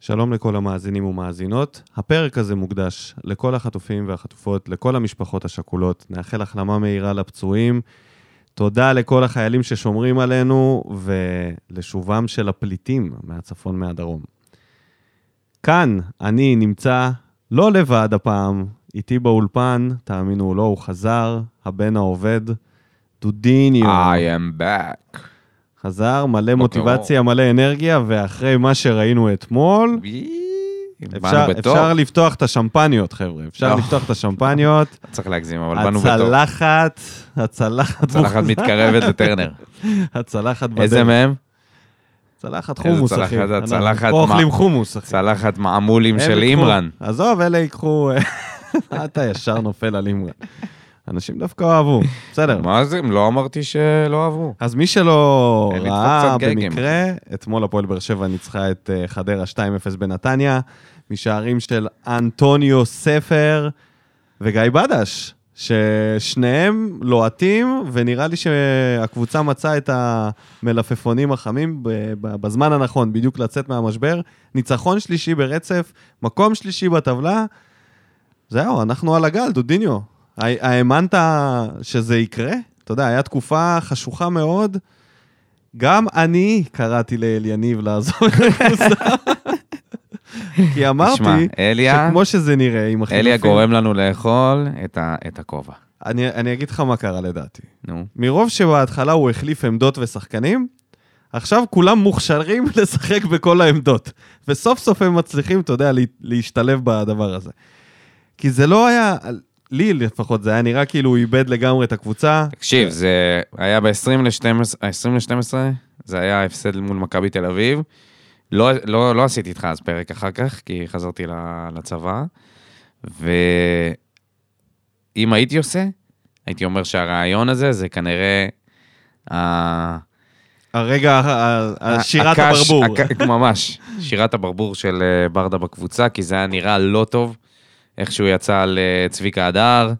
שלום לכל המאזינים ומאזינות. הפרק הזה מוקדש לכל החטופים והחטופות, לכל המשפחות השכולות. נאחל החלמה מהירה לפצועים. תודה לכל החיילים ששומרים עלינו, ולשובם של הפליטים מהצפון מהדרום. כאן אני נמצא לא לבד הפעם, איתי באולפן, תאמינו לא, הוא חזר, הבן העובד, דודיניו. I am back. חזר, מלא מוטיבציה, מלא אנרגיה, ואחרי מה שראינו אתמול, אפשר לפתוח את השמפניות, חבר'ה. אפשר לפתוח את השמפניות. צריך להגזים, אבל באנו בטוב. הצלחת מתקרבת לטרנר. הצלחת בדרך. איזה מהם? צלחת חומוס, אחי. צלחת אוכלים חומוס, אחי. צלחת מעמולים של אימרן. עזוב, אלה ייקחו... אתה ישר נופל על אימרן. אנשים דווקא אהבו, בסדר. מה זה? לא אמרתי שלא אהבו. אז מי שלא ראה במקרה, אתמול הפועל באר שבע ניצחה את חדרה 2-0 בנתניה, משערים של אנטוניו ספר וגיא בדש, ששניהם לוהטים, ונראה לי שהקבוצה מצאה את המלפפונים החמים בזמן הנכון, בדיוק לצאת מהמשבר. ניצחון שלישי ברצף, מקום שלישי בטבלה. זהו, אנחנו על הגל, דודיניו. האמנת שזה יקרה? אתה יודע, הייתה תקופה חשוכה מאוד. גם אני קראתי לאליניב לעזור את הקבוצה. כי אמרתי שכמו שזה נראה, עם החילופים... אליה גורם לנו לאכול את הכובע. אני אגיד לך מה קרה לדעתי. מרוב שבהתחלה הוא החליף עמדות ושחקנים, עכשיו כולם מוכשרים לשחק בכל העמדות. וסוף סוף הם מצליחים, אתה יודע, להשתלב בדבר הזה. כי זה לא היה... לי לפחות, זה היה נראה כאילו הוא איבד לגמרי את הקבוצה. תקשיב, זה היה ב-20-12, זה היה הפסד מול מכבי תל אביב. לא עשיתי איתך אז פרק אחר כך, כי חזרתי לצבא. ואם הייתי עושה, הייתי אומר שהרעיון הזה, זה כנראה... הרגע, שירת הברבור. ממש, שירת הברבור של ברדה בקבוצה, כי זה היה נראה לא טוב. איך שהוא יצא על צביקה הדר,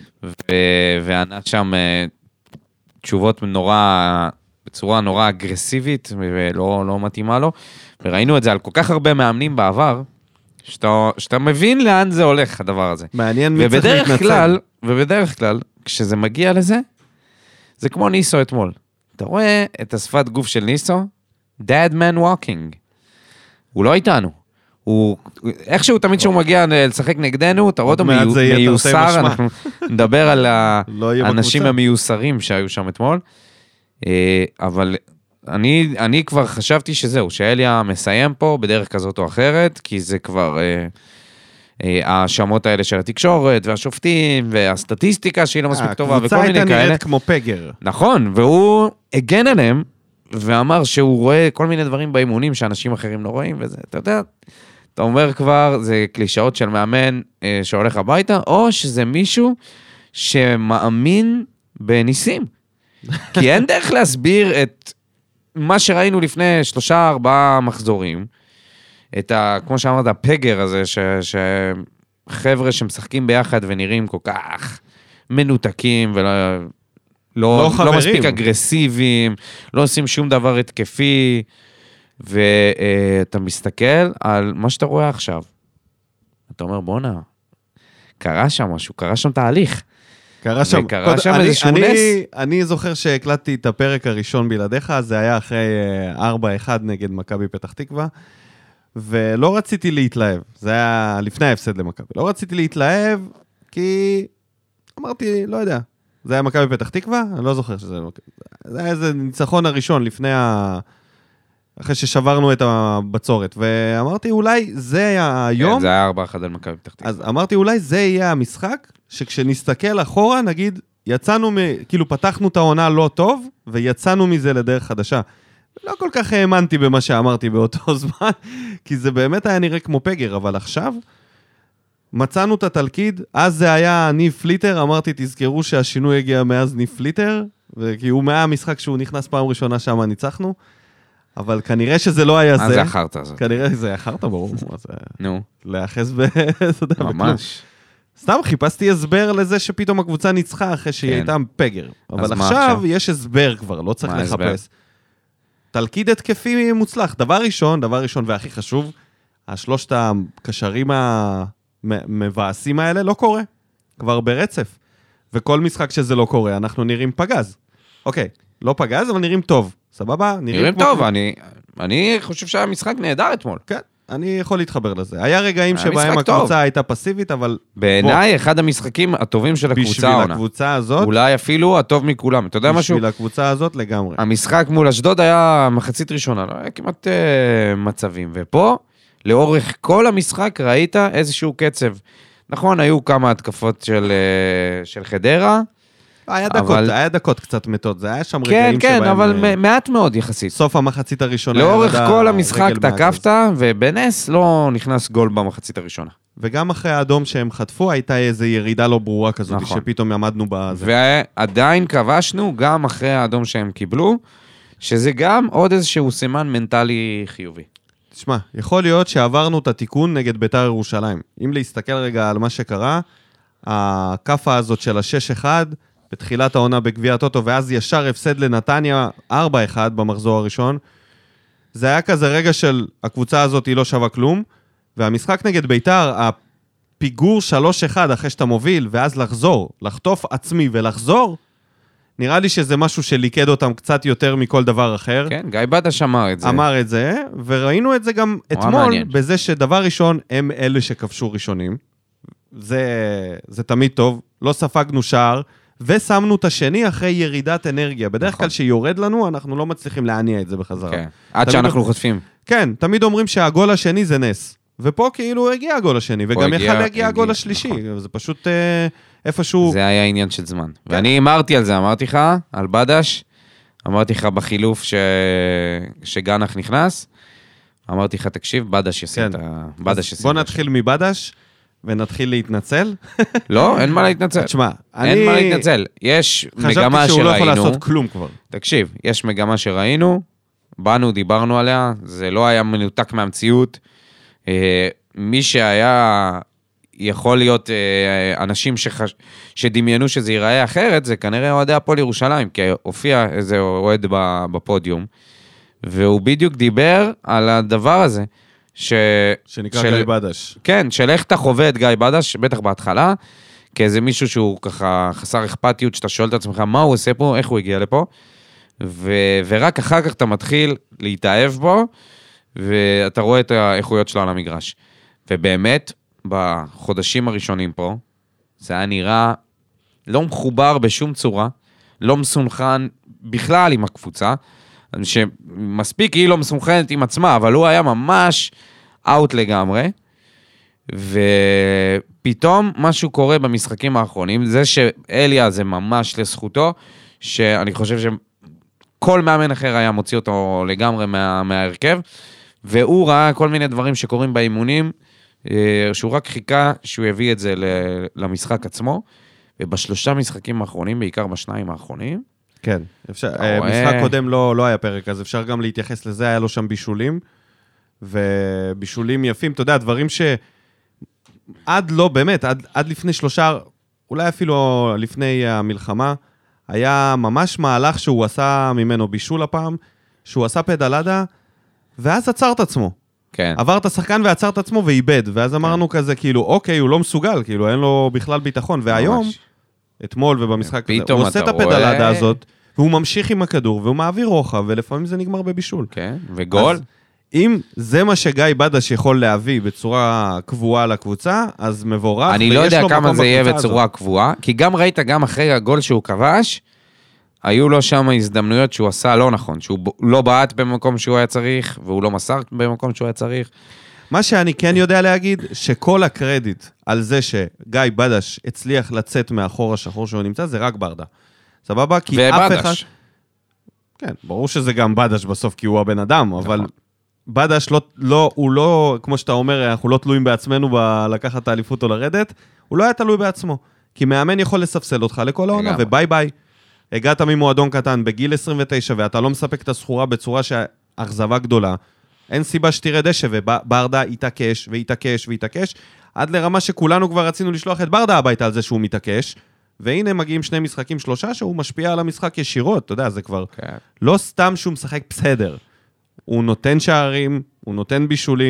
וענה שם תשובות בצורה נורא אגרסיבית, ולא מתאימה לו, וראינו את זה על כל כך הרבה מאמנים בעבר, שאתה מבין לאן זה הולך, הדבר הזה. מעניין מי צריך להתנצל. ובדרך כלל, כשזה מגיע לזה, זה כמו ניסו אתמול. אתה רואה את השפת גוף של ניסו, dead man walking. הוא לא איתנו. איכשהו תמיד שהוא מגיע לשחק נגדנו, אתה רואה אותו מיוסר, אנחנו נדבר על האנשים המיוסרים שהיו שם אתמול, אבל אני כבר חשבתי שזהו, שאליה מסיים פה בדרך כזאת או אחרת, כי זה כבר השמות האלה של התקשורת, והשופטים, והסטטיסטיקה שהיא לא מספיק טובה, וכל מיני כאלה. הקבוצה הייתה נראית כמו פגר. נכון, והוא הגן עליהם, ואמר שהוא רואה כל מיני דברים באימונים שאנשים אחרים לא רואים, וזה, אתה יודע... אתה אומר כבר, זה קלישאות של מאמן שהולך הביתה, או שזה מישהו שמאמין בניסים. כי אין דרך להסביר את מה שראינו לפני 3-4 מחזורים, כמו שאמרת, הפגר הזה, שחבר'ה שמשחקים ביחד ונראים כל כך מנותקים, ולא מספיק אגרסיביים, לא עושים שום דבר התקפי, ואתה מסתכל על מה שאתה רואה עכשיו. אתה אומר, בונה, קרה שם משהו, קרה שם תהליך. קרה שם איזשהו נס. אני זוכר שהקלטתי את הפרק הראשון בלעדיך, זה היה אחרי 4-1 נגד מכבי פתח תקווה, ולא רציתי להתלהב. זה היה לפני ההפסד למכבי. לא רציתי להתלהב, כי אמרתי, לא יודע, זה היה מכבי פתח תקווה, אני לא זוכר שזה... זה היה איזה ניצחון הראשון לפני אחרי ששברנו את הבצורת, ואמרתי, אולי זה היה היום... זה היה 4-1 על מכבי פתח תקווה. אז אמרתי, אולי זה יהיה המשחק, שכשנסתכל אחורה, נגיד, יצאנו, כאילו פתחנו את העונה לא טוב, ויצאנו מזה לדרך חדשה. לא כל כך האמנתי במה שאמרתי באותו זמן, כי זה באמת היה נראה כמו פגר, אבל עכשיו, מצאנו את התלכיד, אז זה היה ניב פליטר, אמרתי, תזכרו שהשינוי הגיע מאז ניב פליטר, כי הוא מהמשחק שהוא נכנס פעם ראשונה שם ניצחנו, אבל כנראה שזה לא היה זה. מה זה אחרת הזאת? כנראה זה אחרת, ברור. נו. להאחז ממש. סתם חיפשתי הסבר לזה שפתאום הקבוצה ניצחה אחרי שהיא הייתה פגר. אבל עכשיו יש הסבר כבר, לא צריך לחפש. תלכיד התקפי מוצלח. דבר ראשון והכי חשוב, השלושת הקשרים המבאסים האלה לא קורה, כבר ברצף. וכל משחק שזה לא קורה, אנחנו נראים פגז. אוקיי, לא פגז, אבל נראים טוב. סבבה? נראים טוב, אני חושב שהיה משחק נהדר אתמול. כן, אני יכול להתחבר לזה. היה רגעים שבהם הקבוצה הייתה פסיבית, אבל... בעיניי, אחד המשחקים הטובים של הקבוצה העונה. בשביל הקבוצה הזאת... אולי אפילו הטוב מכולם. אתה יודע משהו? בשביל הקבוצה הזאת לגמרי. המשחק מול אשדוד היה מחצית ראשונה, לא היה כמעט מצבים. ופה, לאורך כל המשחק, ראית איזשהו קצב. נכון, היו כמה התקפות של חדרה, היה דקות קצת מתות, זה היה שם רגעים שבהם... כן, אבל מעט מאוד יחסית. סוף המחצית הראשונה... לאורך כל המשחק תקפת, ובנס לא נכנס גול במחצית הראשונה. וגם אחרי האדום שהם חטפו, הייתה איזו ירידה לא ברורה כזאת, שפתאום עמדנו בזה. ועדיין כבשנו, גם אחרי האדום שהם קיבלו, שזה גם עוד איזשהו סימן מנטלי חיובי. תשמע, יכול להיות שעברנו את התיקון נגד בית"ר ירושלים. אם להסתכל רגע על מה שקרה, הקפה הזאת של ה-6-1, בתחילת העונה בגביע הטוטו, ואז ישר הפסד לנתניה 4-1 במחזור הראשון, זה היה כזה רגע של הקבוצה הזאת היא לא שווה כלום, והמשחק נגד בית"ר, הפיגור 3-1 אחרי שאתה מוביל, ואז לחזור, לחטוף עצמי ולחזור, נראה לי שזה משהו שליקד אותם קצת יותר מכל דבר אחר. כן, גיא בדש אמר את זה. אמר את זה, וראינו את זה גם אתמול, בזה שדבר ראשון, הם אלה שכבשו ראשונים. זה תמיד טוב, לא ספגנו שער, ושמנו את השני אחרי ירידת אנרגיה. בדרך כלל שיורד לנו, אנחנו לא מצליחים להניע את זה בחזרה. כן, עד שאנחנו חוטפים. כן, תמיד אומרים שהגול השני זה נס. ופה כאילו הגיע הגול השני, וגם יכל להגיע הגול השלישי. זה פשוט איפשהו... זה היה עניין של זמן. ואני אמרתי על זה, אמרתי לך, על בדש, אמרתי לך בחילוף שגנח נכנס, אמרתי לך, תקשיב, בדש ישים את ה... בוא נתחיל מבדש, ונתחיל להתנצל. לא, אין מה להתנצל. תשמע, אין מה להתנצל. יש מגמה שראינו... חשבתי שהוא לא יכול לעשות כלום כבר. תקשיב, יש מגמה שראינו, באנו, דיברנו עליה, זה לא היה מנותק מהמציאות. מי שהיה יכול להיות אנשים שדמיינו שזה ייראה אחרת, זה כנראה אוהדי הפועל ירושלים, כי הופיע איזה אוהד בפודיום, והוא בדיוק דיבר על הדבר הזה, שנקרא גיא בדש. כן, של איך אתה חווה את גיא בדש, בטח בהתחלה, כאיזה מישהו שהוא ככה חסר אכפתיות, שאתה שואל את עצמך מה הוא עושה פה, איך הוא הגיע לפה, ורק אחר כך אתה מתחיל להתאהב בו, ואתה רואה את האיכויות שלו על המגרש. ובאמת, בחודשים הראשונים פה, זה היה נראה לא מחובר בשום צורה, לא מסונכן בכלל עם הקבוצה, שמספיק היא לא מסונכנת עם עצמה, אבל הוא היה ממש אאוט לגמרי, ופתאום משהו קורה במשחקים האחרונים, זה שאליה זה ממש לזכותו, שאני חושב שכל מאמן אחר היה מוציא אותו לגמרי מההרכב, והוא ראה כל מיני דברים שקורים באימונים, שהוא רק חיכה שהוא יביא את זה למשחק עצמו, ובשלושה משחקים האחרונים, בעיקר בשניים האחרונים, כן, משחק קודם לא היה פרק, אז אפשר גם להתייחס לזה, היה לו שם בישולים, ובישולים יפים, אתה יודע, דברים שעד לא, באמת, עד לפני שלושה, אולי אפילו לפני המלחמה, היה ממש מהלך שהוא עשה ממנו בישול הפעם, שהוא עשה פדלדה, ואז עצר את עצמו. כן. עבר את השחקן ועצר את עצמו ואיבד, ואז אמרנו כזה, כאילו, אוקיי, הוא לא מסוגל, כאילו, אין לו בכלל ביטחון, והיום, אתמול ובמשחק הזה, הוא עושה את הפדלדה הזאת, והוא ממשיך עם הכדור, והוא מעביר רוחב, ולפעמים זה נגמר בבישול. כן, וגול. אם זה מה שגיא בדש יכול להביא בצורה קבועה לקבוצה, אז מבורך. אני לא יודע כמה זה יהיה בצורה קבועה, כי גם ראית גם אחרי הגול שהוא כבש, היו לו שם הזדמנויות שהוא עשה לא נכון, שהוא לא בעט במקום שהוא היה צריך, והוא לא מסר במקום שהוא היה צריך. מה שאני כן יודע להגיד, שכל הקרדיט על זה שגיא בדש הצליח לצאת מאחור השחור שהוא נמצא, זה רק ברדה. סבבה? כי אף אחד... כן, ברור שזה גם בדש בסוף, כי הוא הבן אדם, אבל בדש הוא לא, כמו שאתה אומר, אנחנו לא תלויים בעצמנו לקחת את האליפות או לרדת, הוא לא היה תלוי בעצמו. כי מאמן יכול לספסל אותך לכל העונה, וביי ביי. הגעת ממועדון קטן בגיל 29, ואתה לא מספק את הסחורה בצורה שהאכזבה גדולה, אין סיבה שתראה דשא, וברדה יתעקש ויתעקש ויתעקש, עד לרמה שכולנו כבר רצינו לשלוח את ברדה הביתה על זה שהוא מתעקש, והנה מגיעים 2 משחקים 3, שהוא משפיע על המשחק ישירות, אתה יודע, זה כבר לא סתם שהוא משחק בסדר, הוא נותן שערים, הוא נותן בישולים,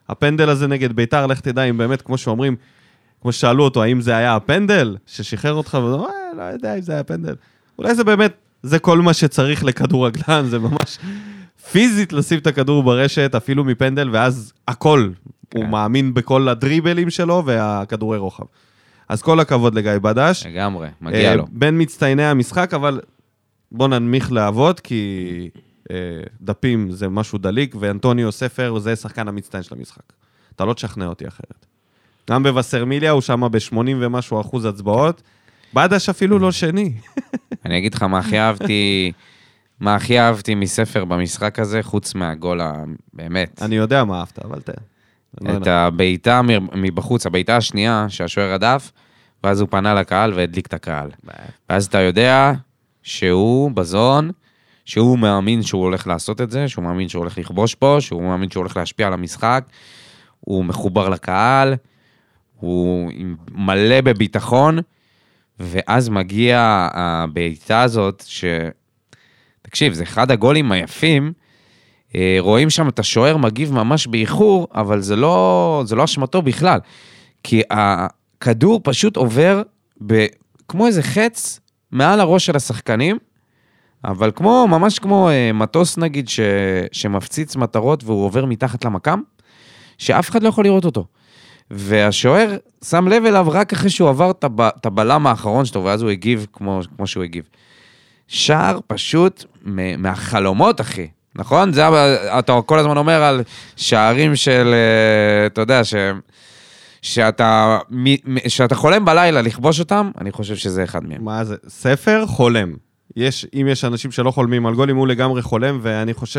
הפנדל הזה נגד ביתר, לך תדע אם באמת, כמו שאומרים, כמו ששאלו אותו, האם זה היה הפנדל ששחרר אותך, ואומר, לא יודע אם זה היה הפנדל. אולי זה באמת, זה כל מה שצריך לכדור רגלן, זה ממש פיזית לשים את הכדור ברשת, אפילו מפנדל, ואז הכל, הוא מאמין בכל הדריבלים שלו, והכדורי רוחב. אז כל הכבוד לגיא בדש. לגמרי, מגיע לו. בין מצטייני המשחק, אבל בוא ננמיך לעבוד, כי דפים זה משהו דליק, ואנטוניו ספר זה שחקן המצטיין של המשחק. אתה לא תשכנע אותי אחרת. גם בווסרמיליה הוא שם ב-80 ומשהו אחוז הצבעות, בדש אפילו לא שני. אני אגיד לך מה הכי אהבתי מספר במשחק הזה, חוץ מהגול באמת. אני יודע מה אהבת, אבל תראה. את הביתה מבחוץ, הביתה השנייה שהשוער הדף, ואז הוא פנה לקהל והדליק את הקהל. ואז אתה יודע שהוא בזון, שהוא מאמין שהוא הולך לעשות את זה, שהוא מאמין שהוא הולך לכבוש פה, שהוא מאמין שהוא הולך להשפיע על המשחק, הוא מחובר לקהל, הוא מלא בביטחון, ואז מגיע הביתה הזאת, תקשיב, זה אחד הגולים היפים, רואים שם את השוער מגיב ממש באיחור, אבל זה לא אשמתו בכלל, כי הכדור פשוט עובר כמו איזה חץ מעל הראש של השחקנים, אבל ממש כמו מטוס נגיד שמפציץ מטרות והוא עובר מתחת למקם, שאף אחד לא יכול לראות אותו. והשוער שם לב אליו רק אחרי שהוא עבר את הבלם האחרון שלו, ואז הוא הגיב כמו שהוא הגיב. שער פשוט מהחלומות, אחי. נכון? אתה כל הזמן אומר על שערים של, אתה יודע, שאתה חולם בלילה לכבוש אותם, אני חושב שזה אחד מהם. מה זה? ספר חולם. אם יש אנשים שלא חולמים על גולים, הוא לגמרי חולם, ואני חושב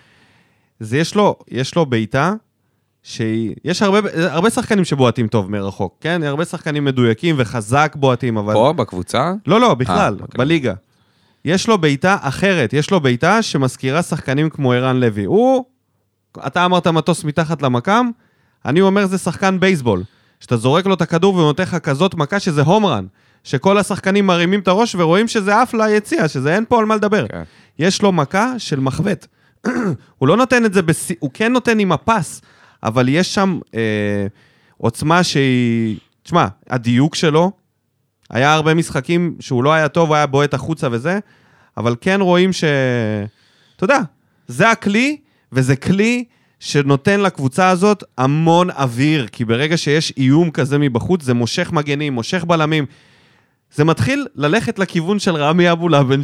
יש לו ביתה, שיש הרבה שחקנים שבועטים טוב מרחוק, כן? הרבה שחקנים מדויקים וחזק בועטים, אבל... פה, בקבוצה? לא, בכלל, בליגה. יש לו ביתה אחרת, יש לו ביתה שמזכירה שחקנים כמו ערן לוי. אתה אמרת מטוס מתחת למקם, אני אומר זה שחקן בייסבול, שאתה זורק לו את הכדור ונותן לך כזאת מכה שזה הומרן, שכל השחקנים מרימים את הראש ורואים שזה אף ליציאה, שזה אין פה על מה לדבר. Okay. יש לו מכה של מחבט. הוא לא נותן את זה, הוא כן נותן עם הפס, אבל יש שם עוצמה שהיא... תשמע, הדיוק שלו, היה הרבה משחקים שהוא לא היה טוב, הוא היה בועט החוצה וזה, אבל כן רואים אתה יודע, זה הכלי, וזה כלי שנותן לקבוצה הזאת המון אוויר, כי ברגע שיש איום כזה מבחוץ, זה מושך מגנים, מושך בלמים, זה מתחיל ללכת לכיוון של רמי אבו לבן,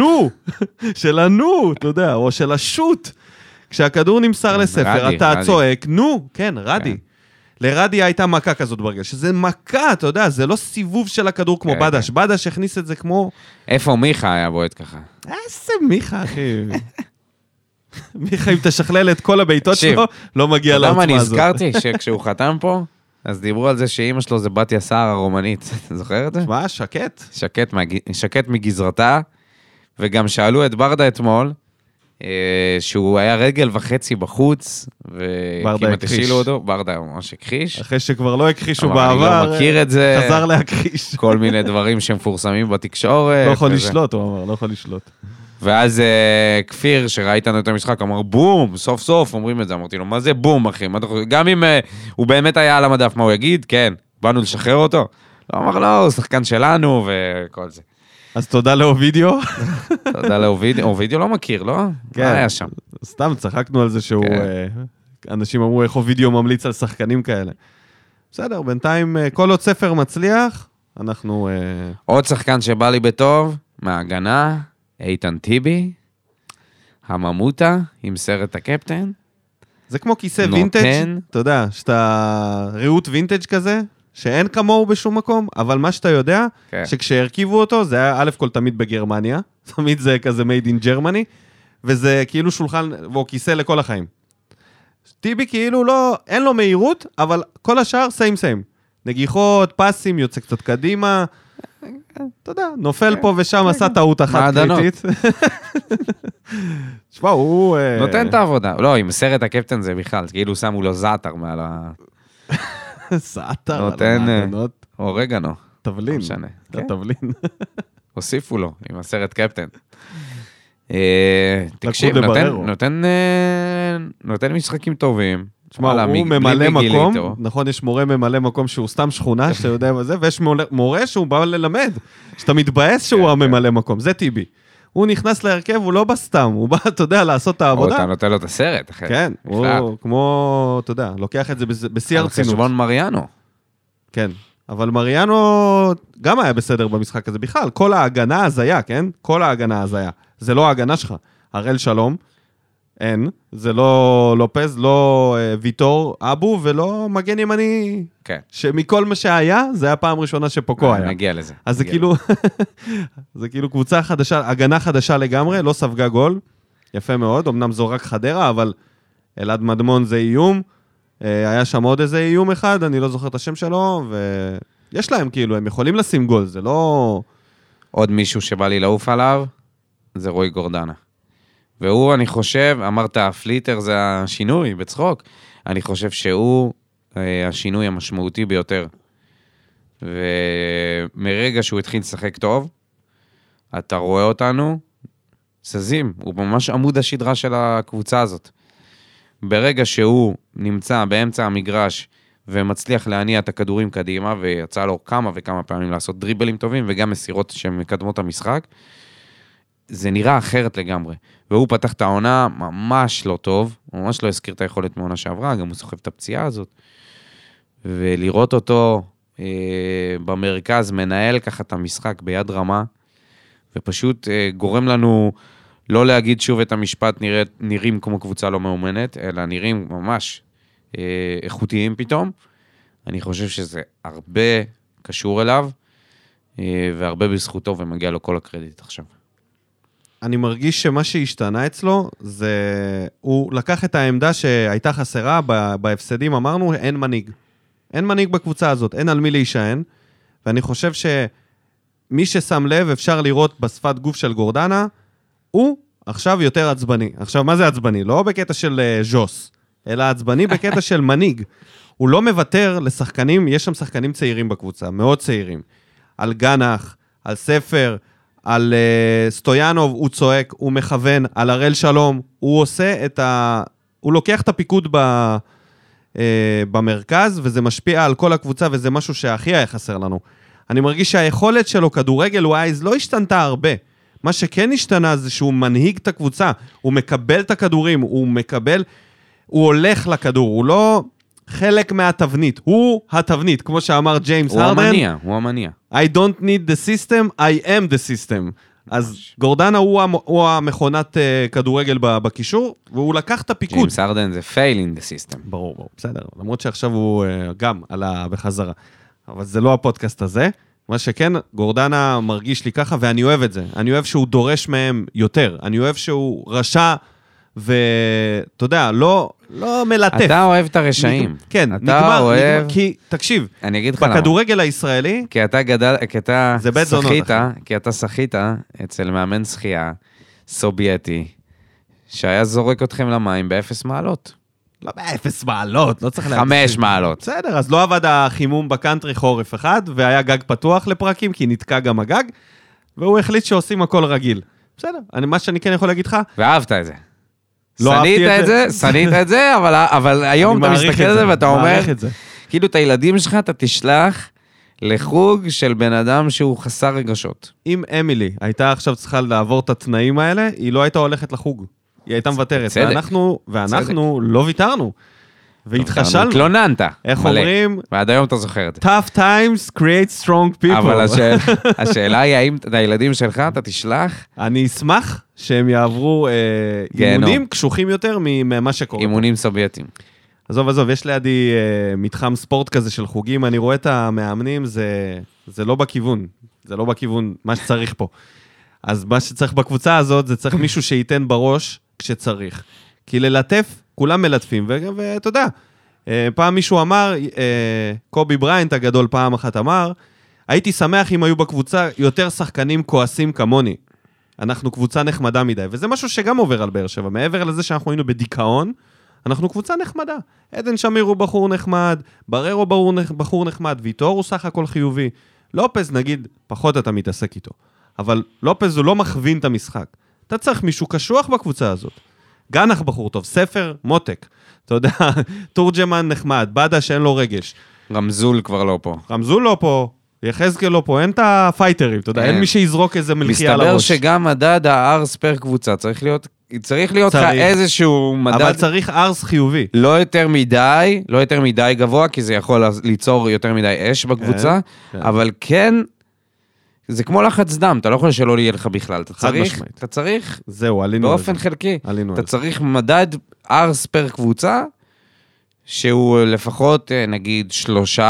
שלנו, אתה יודע, או של השוט. כשהכדור נמסר לספר, אתה צועק, כן, רדי. לרדי הייתה מכה כזאת ברגע, שזה מכה, אתה יודע, זה לא סיבוב של הכדור כמו בדש. בדש הכניס את זה כמו... איפה מיכה היה בועט ככה? איזה מיכה, אחי. מיכה, אם תשכלל את כל הביתות שלו, לא מגיע לעוצמה הזאת. למה אני הזכרתי שכשהוא חתם פה, אז דיברו על זה שאמא שלו זה בתיה סער הרומנית. אתה זוכר את זה? מה, שקט? שקט מגזרתה, וגם שאלו את ברדה אתמול, שהוא היה רגל וחצי בחוץ, וכמעט השאילו אותו, ברדה ממש הכחיש. אחרי שכבר לא הכחישו בעבר, אני לא מכיר את זה. חזר להכחיש. כל מיני דברים שמפורסמים בתקשורת. לא יכול לשלוט, הוא אמר, לא יכול לשלוט. ואז כפיר, שראה איתנו את המשחק, אמר בום, סוף סוף אומרים את זה, אמרתי לו, מה זה בום, אחי? גם אם הוא באמת היה על המדף, מה הוא יגיד? כן, באנו לשחרר אותו. לא אמר, לא, הוא שחקן שלנו וכל זה. אז תודה לאובידיו. תודה לאובידיו, אובידיו לא מכיר, לא? כן. מה היה שם? סתם צחקנו על זה שהוא, אנשים אמרו איך אובידיו ממליץ על שחקנים כאלה. בסדר, בינתיים כל עוד ספר מצליח, אנחנו... עוד שחקן שבא לי בטוב, מההגנה, איתן טיבי, הממוטה, עם סרט הקפטן. זה כמו כיסא וינטג', אתה יודע, שאתה ריהוט וינטג' כזה, שאין כמוהו בשום מקום, אבל מה שאתה יודע, שכשהרכיבו אותו, זה היה א' כל תמיד בגרמניה, תמיד זה כזה made in Germany, וזה כאילו שולחן, או כיסא לכל החיים. טיבי כאילו לא, אין לו מהירות, אבל כל השאר same. נגיחות, פסים, יוצא קצת קדימה, אתה יודע, נופל פה ושם, עשה טעות אחת קריטית. תשמע, הוא... נותן את העבודה. לא, עם סרט הקפטן זה בכלל, כאילו שמו לו זאטר מעל ה... זאטר על המעדנות. אורגנו. תבלין. תבלין. הוסיפו לו, עם הסרט קפטן. תקשיב, נותן משחקים טובים, תשמע, הוא ממלא מקום, נכון, יש מורה ממלא מקום שהוא סתם שכונה, שאתה יודע מה זה, ויש מורה שהוא בא ללמד, שאתה מתבאס שהוא הממלא מקום, זה טיבי. הוא נכנס להרכב, הוא לא בא סתם, הוא בא, אתה יודע, לעשות את העבודה. אתה נותן לו את הסרט, אחרי. כן, הוא כמו, אתה יודע, לוקח את זה בשיא הרצינות. על חשבון מריאנו. כן, אבל מריאנו גם היה בסדר במשחק הזה בכלל, כל ההגנה הזיה, כן? כל ההגנה הזיה. זה לא ההגנה שלך. הראל שלום, אין, זה לא לופז, לא ויטור אבו, ולא מגן ימני, כן. שמכל מה שהיה, זה היה פעם ראשונה שפוקו היה. נגיע לזה. אז זה כאילו, זה כאילו קבוצה חדשה, הגנה חדשה לגמרי, לא ספגה גול, יפה מאוד, אמנם זו רק חדרה, אבל אלעד מדמון זה איום, היה שם עוד איזה איום אחד, אני לא זוכר את השם שלו, ויש להם כאילו, הם יכולים לשים גול, זה לא... עוד מישהו שבא לי לעוף עליו, זה רוי גורדנה. והוא, אני חושב, אמרת, פליטר זה השינוי, בצחוק, אני חושב שהוא השינוי המשמעותי ביותר. ומרגע שהוא התחיל לשחק טוב, אתה רואה אותנו, סזים, הוא ממש עמוד השדרה של הקבוצה הזאת. ברגע שהוא נמצא באמצע המגרש, ומצליח להניע את הכדורים קדימה, ויצא לו כמה וכמה פעמים לעשות דריבלים טובים, וגם מסירות שמקדמות המשחק, זה נראה אחרת לגמרי. והוא פתח את העונה ממש לא טוב, הוא ממש לא הזכיר את היכולת מעונה שעברה, גם הוא סוחב את הפציעה הזאת. ולראות אותו במרכז, מנהל ככה את המשחק ביד רמה, ופשוט גורם לנו לא להגיד שוב את המשפט נראים כמו קבוצה לא מאומנת, אלא נראים ממש איכותיים פתאום. אני חושב שזה הרבה קשור אליו, והרבה בזכותו, ומגיע לו כל הקרדיט עכשיו. אני מרגיש שמה שהשתנה אצלו, זה... הוא לקח את העמדה שהייתה חסרה, בהפסדים אמרנו, אין מנהיג. אין מנהיג בקבוצה הזאת, אין על מי להישען, ואני חושב שמי ששם לב, אפשר לראות בשפת גוף של גורדנה, הוא עכשיו יותר עצבני. עכשיו, מה זה עצבני? לא בקטע של ז'וס, אלא עצבני בקטע של מנהיג. הוא לא מוותר לשחקנים, יש שם שחקנים צעירים בקבוצה, מאוד צעירים. על גנח, על ספר, על סטויאנוב, הוא צועק, הוא מכוון, על הראל שלום, הוא עושה את הוא לוקח את הפיקוד במרכז, וזה משפיע על כל הקבוצה, וזה משהו שהכי היה חסר לנו. אני מרגיש שהיכולת שלו, כדורגל ווייז, לא השתנתה הרבה. מה שכן השתנה זה שהוא מנהיג את הקבוצה, הוא מקבל את הכדורים, הוא הולך לכדור, הוא לא חלק מהתבנית, הוא התבנית, כמו שאמר ג'יימס הרדן. הוא המניע. I don't need the system, I am the system. אז גורדנה הוא המכונת כדורגל בקישור, והוא לקח את הפיקוד. ג'יימס הרדן זה fail in the system. ברור, בסדר. למרות שעכשיו הוא גם עלה בחזרה. אבל זה לא הפודקאסט הזה. מה שכן, גורדנה מרגיש לי ככה, ואני אוהב את זה. אני אוהב שהוא דורש מהם יותר. אני אוהב שהוא רשע, ואתה יודע, לא מלטף. אתה אוהב את הרשעים. כן, נגמר. כי, תקשיב, בכדורגל הישראלי... כי אתה שחית אצל מאמן שחייה סובייטי, שהיה זורק אתכם למים ב0 מעלות. לא ב0 מעלות, לא צריך 5 מעלות. בסדר, אז לא עבד החימום בקנטרי חורף אחד, והיה גג פתוח לפרקים, כי נתקע גם הגג, והוא החליט שעושים הכל רגיל. בסדר, מה שאני כן יכול להגיד לך... ואהבת את זה. שנית את זה, אבל היום אתה מסתכל על זה ואתה אומר, כאילו את הילדים שלך אתה תשלח לחוג של בן אדם שהוא חסר רגשות. אם אמילי הייתה עכשיו צריכה לעבור את התנאים האלה, היא לא הייתה הולכת לחוג. היא הייתה מוותרת. ואנחנו לא ויתרנו. והתחשלנו. התלוננת. איך אומרים? ועד היום אתה זוכר את זה. Tough times create strong people. אבל השאלה היא, האם את הילדים שלך אתה תשלח? אני אשמח שהם יעברו אימונים קשוחים יותר ממה שקורה. אימונים סובייטים. עזוב, יש לידי מתחם ספורט כזה של חוגים, אני רואה את המאמנים, זה לא בכיוון. זה לא בכיוון מה שצריך פה. אז מה שצריך בקבוצה הזאת, זה צריך מישהו שייתן בראש כשצריך. כי ללטף, כולם מלטפים, ואתה יודע, פעם מישהו אמר, קובי בריינט הגדול פעם אחת אמר, הייתי שמח אם היו בקבוצה יותר שחקנים כועסים כמוני. אנחנו קבוצה נחמדה מדי, וזה משהו שגם עובר על באר שבע. מעבר לזה שאנחנו היינו בדיכאון, אנחנו קבוצה נחמדה. עדן שמיר הוא בחור נחמד, בררו בחור נחמד, ויטור הוא סך הכל חיובי. לופז נגיד, פחות אתה מתעסק איתו. אבל לופז הוא לא מכווין את המשחק. אתה צריך מישהו קשוח בקבוצה הזאת. גנח בחור טוב, ספר, מותק. אתה יודע, תורג'מן נחמד, בדה שאין לו רגש. רמזול כבר לא פה. רמזול לא פה, יחזקאל לא פה, אין את הפייטרים, אתה יודע, אין מי שיזרוק איזה מלחייה לראש. מסתבר שגם מדד הארס פר קבוצה, צריך להיות לך איזשהו מדד... אבל צריך ארס חיובי. לא יותר מדי גבוה, כי זה יכול ליצור יותר מדי אש בקבוצה, אבל כן, זה כמו לחץ דם, אתה לא יכול שלא יהיה לך בכלל, אתה צריך, זהו, עלינו באופן חלקי, אתה צריך מדד ארס פר קבוצה, שהוא לפחות, נגיד, 3-4.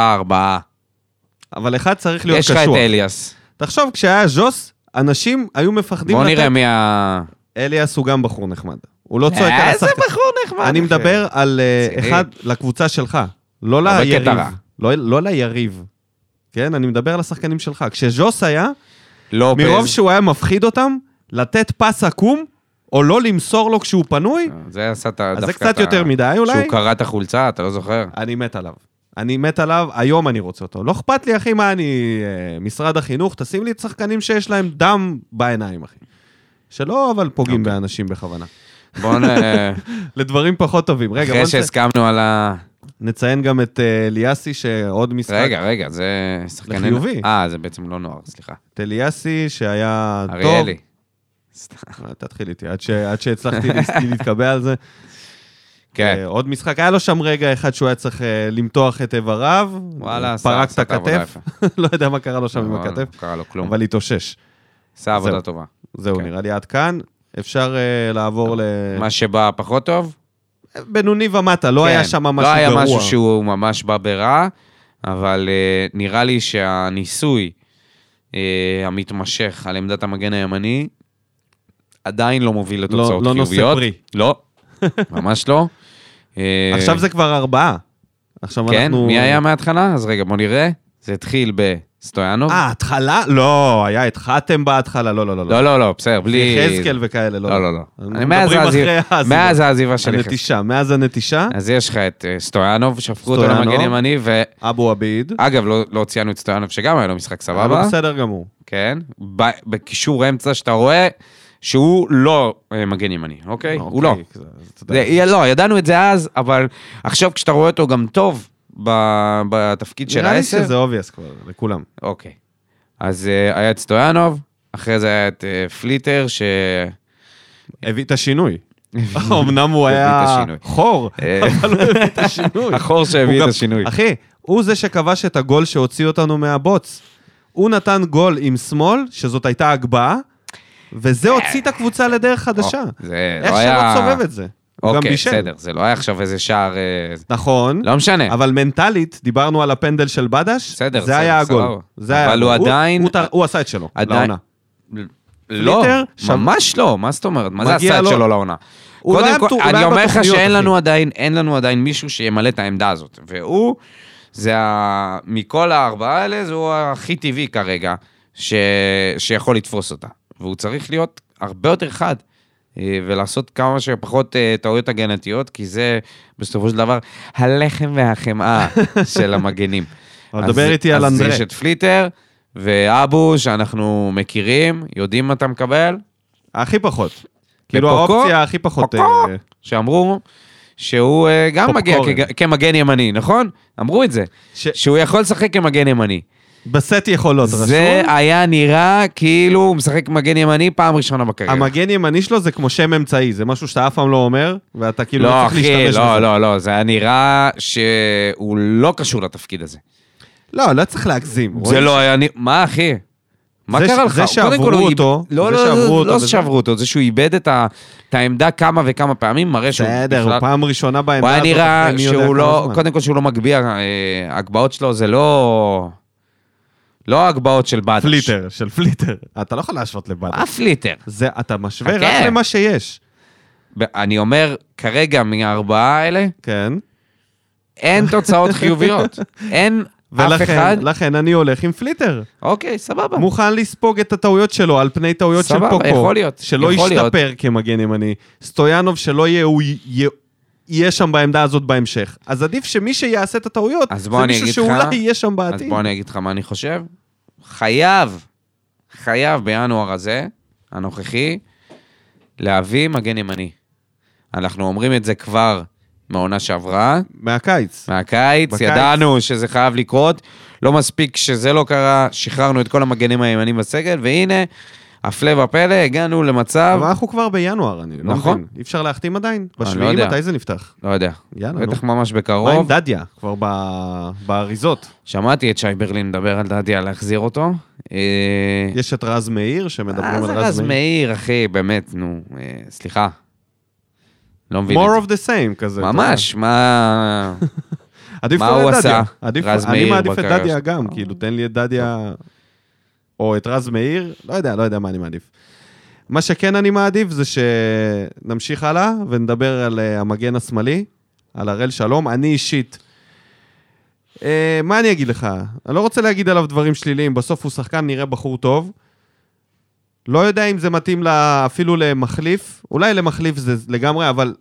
אבל אחד צריך להיות קשוח. יש לך את אליאס. תחשוב, כשהיה ז'וס, אנשים היו מפחדים לתת... בוא נראה מי אליאס הוא גם בחור נחמד. הוא לא צועק על השחקן. איזה בחור נחמד. אני מדבר על אחד לקבוצה שלך, לא ליריב. לא ליריב. כן, אני מדבר על השחקנים שלך. כשז'וס היה, מרוב שהוא היה מפחיד אותם, לתת פס עקום, או לא למסור לו כשהוא פנוי, זה עשה דווקא... אז זה קצת יותר מדי אולי. שהוא קרא את החולצה, אתה לא זוכר? אני מת עליו, היום אני רוצה אותו. לא אכפת לי, אחי, מה אני... משרד החינוך, תשים לי את שחקנים שיש להם דם בעיניים, אחי. שלא, אבל פוגעים באנשים בכוונה. בואו לדברים פחות טובים. רגע, אחרי שהסכמנו על ה... נציין גם את אליאסי, שעוד משחק... רגע, זה שחקנים... לחיובי. זה בעצם לא נוער, סליחה. את אליאסי, שהיה טוב... אריאלי. תתחיל איתי, עד שהצלחתי להתקבע על זה. כן. עוד משחק, היה לו שם רגע אחד שהוא היה צריך למתוח את איבריו, פרק את הכתף, לא יודע מה קרה לו שם עם הכתף, אבל התאושש. עשה עבודה טובה. זהו, נראה לי עד כאן, אפשר לעבור ל... מה שבא פחות טוב? בינוני ומטה, לא היה שם משהו גרוע. לא היה משהו שהוא ממש בא ברע, אבל נראה לי שהניסוי המתמשך על עמדת המגן הימני, עדיין לא מוביל לתוצאות חיוביות. לא נושא פרי. לא, ממש לא. עכשיו זה כבר 4. כן, מי היה מההתחלה? אז רגע, בוא נראה. זה התחיל בסטויאנוב. התחלה? לא, היה את חתם בהתחלה, לא, בסדר, בלי... חזקאל וכאלה, לא. מאז העזיבה שלי. מאז הנטישה. אז יש לך את סטויאנוב, שפכו אותו למגן ימני, אבו עביד. אגב, לא ציינו את סטויאנוב, שגם היה לו משחק סבבה. היה לו בסדר גמור. כן, בקישור אמצע שאתה רואה, שהוא לא מגן ימני, אוקיי? הוא לא. לא, ידענו את זה אז, אבל עכשיו כשאתה רואה אותו גם טוב, בתפקיד של 10. נראה לי שזה אובייס כבר, לכולם. אוקיי. אז היה את סטויאנוב, אחרי זה היה את פליטר, הביא את השינוי. אמנם הוא היה חור, אבל הוא הביא את השינוי. החור שהביא את השינוי. אחי, הוא זה שכבש את הגול שהוציא אותנו מהבוץ. הוא נתן גול עם שמאל, שזאת הייתה הגבהה, וזה הוציא את הקבוצה לדרך חדשה. איך שלא צובב את זה. אוקיי, בסדר, זה לא היה עכשיו איזה שער... נכון. לא משנה. אבל מנטלית, דיברנו על הפנדל של בדש, זה היה הגול. אבל הוא עדיין... הוא עשה את שלו, לעונה. לא, ממש לא, מה זאת אומרת? מה זה עשה את שלו לעונה? קודם כל, אני אומר לך שאין לנו עדיין מישהו שימלא את העמדה הזאת, והוא, מכל הארבעה האלה, זה הוא הכי טבעי כרגע, שיכול לתפוס אותה. והוא צריך להיות הרבה יותר חד. ולעשות כמה שפחות טעויות הגנתיות, כי זה בסופו של דבר הלחם והחמאה של המגנים. אבל דבר איתי על אנדרה. אז יש את פליטר ואבו שאנחנו מכירים, יודעים מה אתה מקבל. הכי פחות. כאילו האופציה הכי פחות. שאמרו שהוא גם מגיע כמגן ימני, נכון? אמרו את זה. שהוא יכול לשחק כמגן ימני. בסט יכולות, רשום. זה היה נראה כאילו הוא משחק מגן ימני פעם ראשונה בקריירה. המגן ימני שלו זה כמו שם אמצעי, זה משהו שאתה אף פעם לא אומר, ואתה כאילו לא צריך להשתמש בזה. לא, זה היה נראה שהוא לא קשור לתפקיד הזה. לא צריך להגזים. זה לא היה, מה אחי? מה קרה לך? זה שעברו אותו, לא שעברו אותו, זה שהוא איבד את העמדה כמה וכמה פעמים, מראה שהוא... בסדר, הוא פעם ראשונה בעמדה. הוא היה נראה שהוא לא, קודם כל שהוא לא מגביה, ההגבהות שלו זה לא ההגבהות של בדש. של פליטר. אתה לא יכול להשוות לבדש. מה פליטר? אתה משווה רק למה שיש. אני אומר, כרגע מהארבעה האלה, כן. אין תוצאות חיוביות. אין אף אחד. ולכן אני הולך עם פליטר. אוקיי, סבבה. מוכן לספוג את הטעויות שלו על פני טעויות של פוקו. סבבה, יכול להיות. שלא ישתפר כמגן ימני. סטויאנוב שלא יהיה שם בעמדה הזאת בהמשך. אז עדיף שמי שיעשה את הטעויות, זה מישהו שאולי יהיה שם בעתיד. אז בוא אני אגיד לך מה אני חושב. חייב בינואר הזה, הנוכחי, להביא מגן ימני. אנחנו אומרים את זה כבר מהעונה שעברה. מהקיץ. ידענו שזה חייב לקרות. לא מספיק שזה לא קרה, שחררנו את כל המגנים הימנים בסגל, והנה, הפלא ופלא, הגענו למצב... אבל אנחנו כבר בינואר, אני לא מבין. אי אפשר להחתים עדיין? בשביעי מתי זה נפתח? לא יודע. יאללה, בטח ממש בקרוב. מה עם דדיה? כבר באריזות. שמעתי את שי ברלין מדבר על דדיה להחזיר אותו. יש את רז מאיר שמדברים על רז מאיר. זה רז מאיר, אחי, באמת, נו, סליחה. לא מבין את זה. More of the same כזה. ממש, מה הוא עשה? אני מעדיף את דדיה גם, כאילו, תן לי את דדיה... או את רז מאיר, לא יודע מה אני מעדיף. מה שכן אני מעדיף זה שנמשיך הלאה ונדבר על המגן השמאלי, על הראל שלום. אני אישית, מה אני אגיד לך? אני לא רוצה להגיד עליו דברים שליליים, בסוף הוא שחקן, נראה בחור טוב. לא יודע אם זה מתאים אפילו למחליף, אולי למחליף זה לגמרי, אבל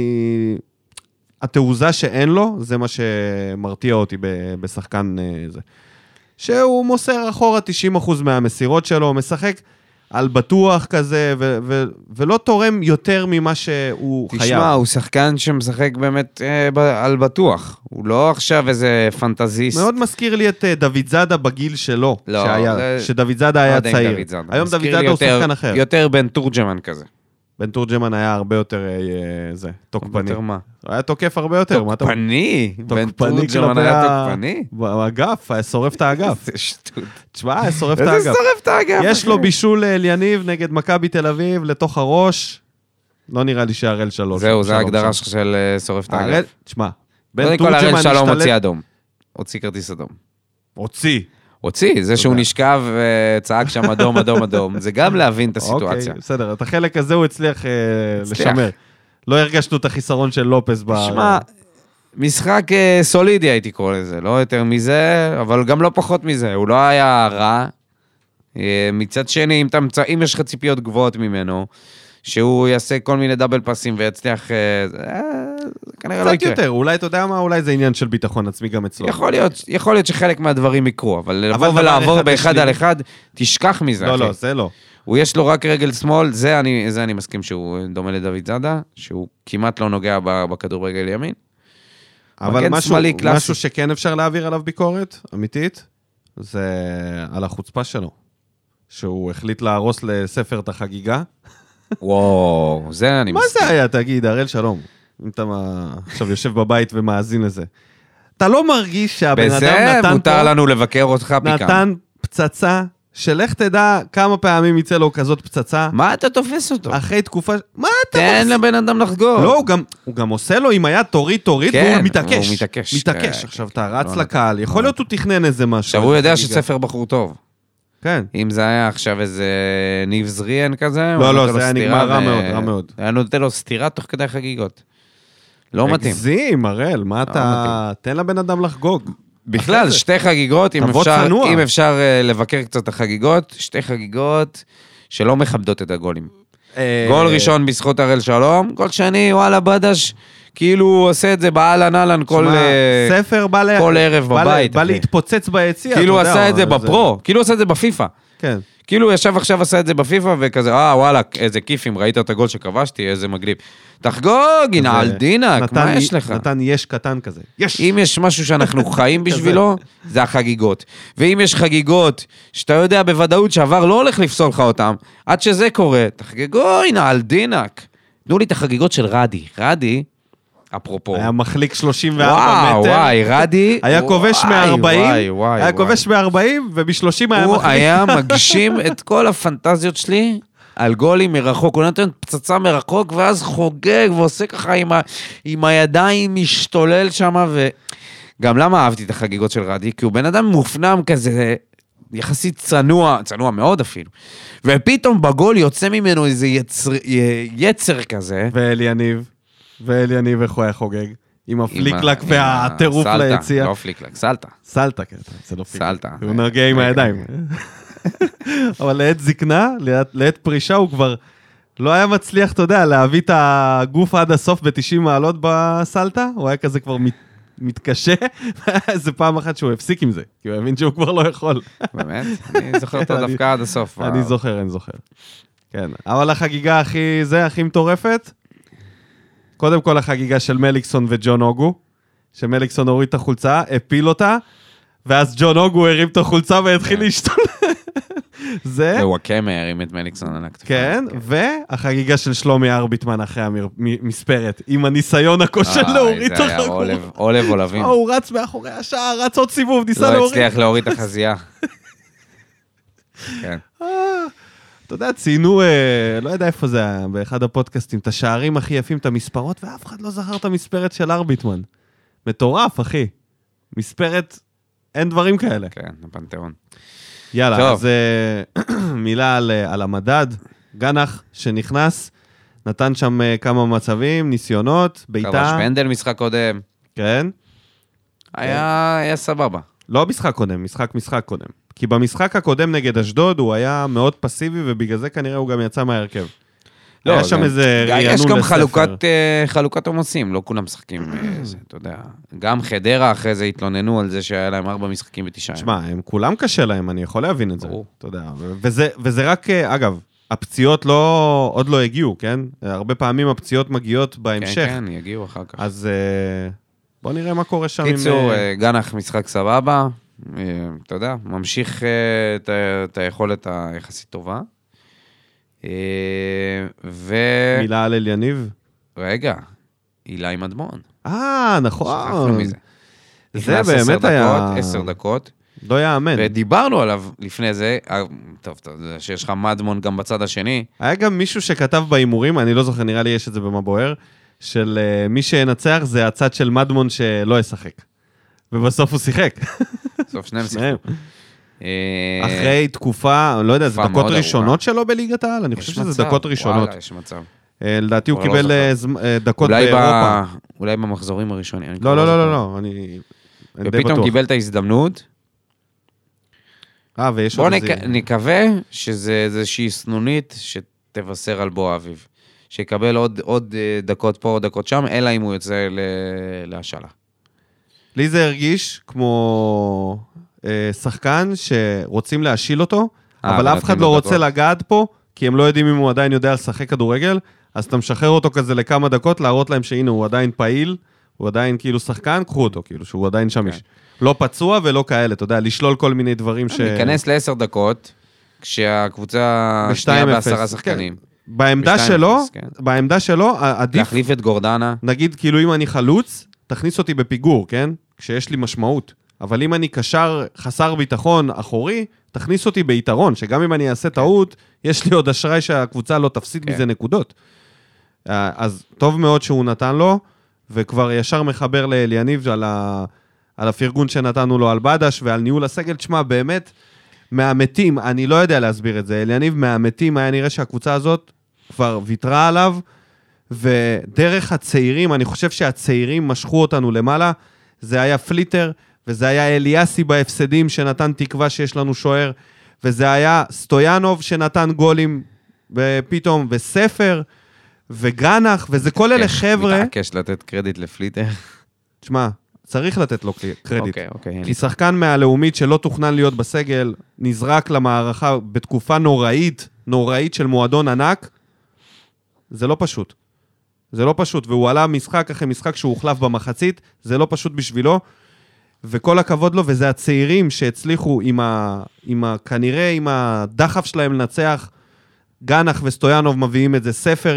התעוזה שאין לו, זה מה שמרתיע אותי בשחקן זה. שהוא מוסר אחורה 90% מהמסירות שלו, משחק על בטוח כזה, ולא תורם יותר ממה שהוא חייב. תשמע, הוא שחקן שמשחק באמת על בטוח. הוא לא עכשיו איזה פנטזיסט. מאוד מזכיר לי את דוד זאדה בגיל שלו, שדוד זאדה היה צעיר. היום דוד זאדה הוא שחקן אחר. יותר בן תורג'מן כזה. בן תורג'מן היה הרבה יותר תוקפני. יותר מה? הוא היה תוקף הרבה יותר. תוקפני? בן תורג'מן היה תוקפני? באגף, היה שורף את האגף. זה שטות. תשמע, היה שורף את האגף. איזה שורף את האגף? יש לו בישול אליניב נגד מכבי תל אביב, לתוך הראש. לא נראה לי שהראל שלוש. זהו, זה ההגדרה של שורף את האגף. תשמע, בן תורג'מן הראל שלום הוציא אדום. הוציא כרטיס אדום. הוציא, זה שהוא נשכב וצעק שם אדום, אדום, אדום. זה גם להבין את הסיטואציה. אוקיי, בסדר, את החלק הזה הוא הצליח לשמר. לא הרגשנו את החיסרון של לופס. שמע, משחק סולידי הייתי קורא לזה, לא יותר מזה, אבל גם לא פחות מזה. הוא לא היה רע. מצד שני, אם יש לך ציפיות גבוהות ממנו, שהוא יעשה כל מיני דאבל פסים ויצליח, כנראה לא יקרה. קצת יותר, אולי אתה יודע מה, אולי זה עניין של ביטחון עצמי גם אצלו. יכול להיות שחלק מהדברים יקרו, אבל לבוא ולעבור באחד על אחד, תשכח מזה. לא, זה לא. הוא יש לו רק רגל שמאל, זה אני מסכים שהוא דומה לדוד זאדה, שהוא כמעט לא נוגע בכדור רגל ימין. אבל משהו שכן אפשר להעביר עליו ביקורת, אמיתית, זה על החוצפה שלו. שהוא החליט להרוס לספר את החגיגה. וואו, זה אני מסכים. מה זה היה, תגיד, הראל שלום, אם אתה עכשיו יושב בבית ומאזין לזה. אתה לא מרגיש שהבן אדם נתן בזה מותר לנו לבקר אותך פיקם. נתן פצצה, שלך תדע כמה פעמים יצא לו כזאת פצצה. מה אתה תופס אותו? אחרי תקופה... מה אתה תן לבן אדם לחגור. לא, הוא גם עושה לו, אם היה תוריד, והוא מתעקש. הוא מתעקש. מתעקש. עכשיו אתה רץ לקהל, יכול להיות הוא תכנן איזה משהו. עכשיו הוא יודע שספר בחור טוב. כן. אם זה היה עכשיו איזה ניב זריאן כזה... לא, זה היה נגמר רע מאוד. היה נותן לו סתירה תוך כדי חגיגות. לא מתאים. הגזים, הראל, מה אתה... תן לבן אדם לחגוג. בכלל, שתי חגיגות, אם אפשר לבקר קצת את החגיגות, שתי חגיגות שלא מכבדות את הגולים. גול ראשון בזכות הראל שלום, גול שני, וואלה, בדש, כאילו הוא עושה את זה באלן אלן כל ערב בבית. בא להתפוצץ ביציאה. כאילו הוא עשה את זה בפרו, כאילו הוא עשה את זה בפיפה. כן. כאילו הוא ישב עכשיו עשה את זה בפיפה, וכזה, וואלה, איזה כיפים, ראית את הגול שכבשתי, איזה מגליב. תחגוג, הנה על דינק, מה יש לך? נתן יש קטן כזה. אם יש משהו שאנחנו חיים בשבילו, זה החגיגות. ואם יש חגיגות, שאתה יודע בוודאות שעבר לא הולך לפסול לך אותם, עד שזה קורה, תחגגו, הנה על דינק. תנו לי את החגיגות של רדי, אפרופו. היה מחליק 34 מטר. וואי, רדי. היה כובש מ-40, היה כובש מ-40, וב-30 היה מחליק. הוא היה מגשים את כל הפנטזיות שלי על גולים מרחוק. הוא נותן פצצה מרחוק, ואז חוגג ועושה ככה עם הידיים, משתולל שם. וגם למה אהבתי את החגיגות של רדי? כי הוא בן אדם מופנם כזה, יחסית צנוע מאוד אפילו. ופתאום בגול יוצא ממנו איזה יצר כזה. ואליניב איך הוא היה חוגג, עם הפליקלק והטירוף ליציאה. לא פליקלק, סלטה. סלטה, כן, זה לא פליקלק. סלטה. הוא נרגע עם הידיים. אבל לעת זקנה, לעת פרישה, הוא כבר לא היה מצליח, אתה יודע, להביא את הגוף עד הסוף ב-90 מעלות בסלטה, הוא היה כזה כבר מתקשה, זה פעם אחת שהוא הפסיק עם זה, כי הוא הבין שהוא כבר לא יכול. באמת? אני זוכר אותו דווקא עד הסוף. אני זוכר. כן, אבל החגיגה הכי מטורפת, קודם כל החגיגה של מליקסון וג'ון אוגו, שמליקסון הוריד את החולצה, הפיל אותה, ואז ג'ון אוגו הרים את החולצה והתחיל להשתולל. זה... והוא הקמה הרים את מליקסון על הכתפה. כן, והחגיגה של שלומי ארביטמן אחרי המספרת, עם הניסיון הכושל להוריד את החגורה. זה היה עולב עולבים. הוא רץ מאחורי השער, רץ עוד סיבוב, ניסה להוריד. לא הצליח להוריד את החזייה. כן. אתה יודע, ציינו, לא יודע איפה זה היה, באחד הפודקאסטים, את השערים הכי יפים, את המספרות, ואף אחד לא זכר את המספרת של ארביטמן. מטורף, אחי. מספרת, אין דברים כאלה. כן, הפנתיאון. יאללה, טוב. אז מילה על המדד. גנח שנכנס, נתן שם כמה מצבים, ניסיונות, ביתה. כבש פנדל משחק קודם. כן. היה סבבה. לא משחק קודם, משחק קודם. כי במשחק הקודם נגד אשדוד הוא היה מאוד פסיבי, ובגלל זה כנראה הוא גם יצא מהרכב. לא, היה שם איזה רענון לספר. יש גם חלוקת עומסים, לא כולם משחקים, אתה יודע. גם חדרה אחרי זה התלוננו על זה שהיה להם 4 משחקים ב9 ימים. שמע, הם כולם קשה להם, אני יכול להבין את זה. אתה יודע, וזה רק, אגב, הפציעות עוד לא הגיעו, כן? הרבה פעמים הפציעות מגיעות בהמשך. כן, יגיעו אחר כך. אז בוא נראה מה קורה שם. קיצור, גנח משחק סבבה. אתה יודע, ממשיך את היכולת היחסית טובה. מילה על אליניב? רגע, אילי מדמון. נכון. שכחנו מזה. זה באמת היה... 10 דקות. לא יאמן. ודיברנו עליו לפני זה, טוב, שיש לך מדמון גם בצד השני. היה גם מישהו שכתב באימורים, אני לא זוכר, נראה לי יש את זה במה בוער, של מי שינצח זה הצד של מדמון שלא ישחק. ובסוף הוא שיחק. בסוף שניהם שיחקו. אחרי תקופה, לא יודע, זה דקות ראשונות שלו בליגת העל? אני חושב שזה דקות ראשונות. וואלה, יש מצב. לדעתי הוא קיבל דקות באירופה. אולי במחזורים הראשונים. לא, אני די בטוח. ופתאום קיבל את ההזדמנות. ויש עוד איזה... בוא נקווה שזה איזושהי סנונית שתבשר על בוא אביב. שיקבל עוד דקות פה, עוד דקות שם, אלא אם הוא יוצא להשאלה. לי זה הרגיש כמו שחקן שרוצים להשיל אותו, אבל אף אחד לא רוצה לגעת פה, כי הם לא יודעים אם הוא עדיין יודע לשחק כדורגל, אז אתה משחרר אותו כזה לכמה דקות, להראות להם שהנה הוא עדיין פעיל, הוא עדיין כאילו שחקן, קחו אותו, כאילו שהוא עדיין שמיש. לא פצוע ולא כאלה, אתה יודע, לשלול כל מיני דברים ניכנס ל10 דקות, כשהקבוצה שנייה ב10 שחקנים. בעמדה שלו, עדיף... להחליף את גורדנה. נגיד, כאילו אם אני חלוץ, תכניס אותי בפיגור, כן? כשיש לי משמעות. אבל אם אני קשר חסר ביטחון אחורי, תכניס אותי ביתרון, שגם אם אני אעשה טעות, יש לי עוד אשראי שהקבוצה לא תפסיד מזה נקודות. אז טוב מאוד שהוא נתן לו, וכבר ישר מחבר לאליניב על הפרגון שנתנו לו על בדש ועל ניהול הסגל. תשמע, באמת, מהמתים, אני לא יודע להסביר את זה, אליניב מהמתים היה נראה שהקבוצה הזאת כבר ויתרה עליו, ודרך הצעירים, אני חושב שהצעירים משכו אותנו למעלה, זה היה פליטר, וזה היה אליאסי בהפסדים שנתן תקווה שיש לנו שוער, וזה היה סטויאנוב שנתן גולים פתאום, וספר, וגנח, וזה כל אלה חבר'ה... מתעקש לתת קרדיט לפליטר. תשמע, צריך לתת לו קרדיט. כי שחקן מהלאומית שלא תוכנן להיות בסגל, נזרק למערכה בתקופה נוראית של מועדון ענק, זה לא פשוט. זה לא פשוט, והוא עלה משחק אחרי משחק שהוא הוחלף במחצית, זה לא פשוט בשבילו, וכל הכבוד לו, וזה הצעירים שהצליחו כנראה עם הדחף שלהם לנצח, גנח וסטויאנוב מביאים את זה, ספר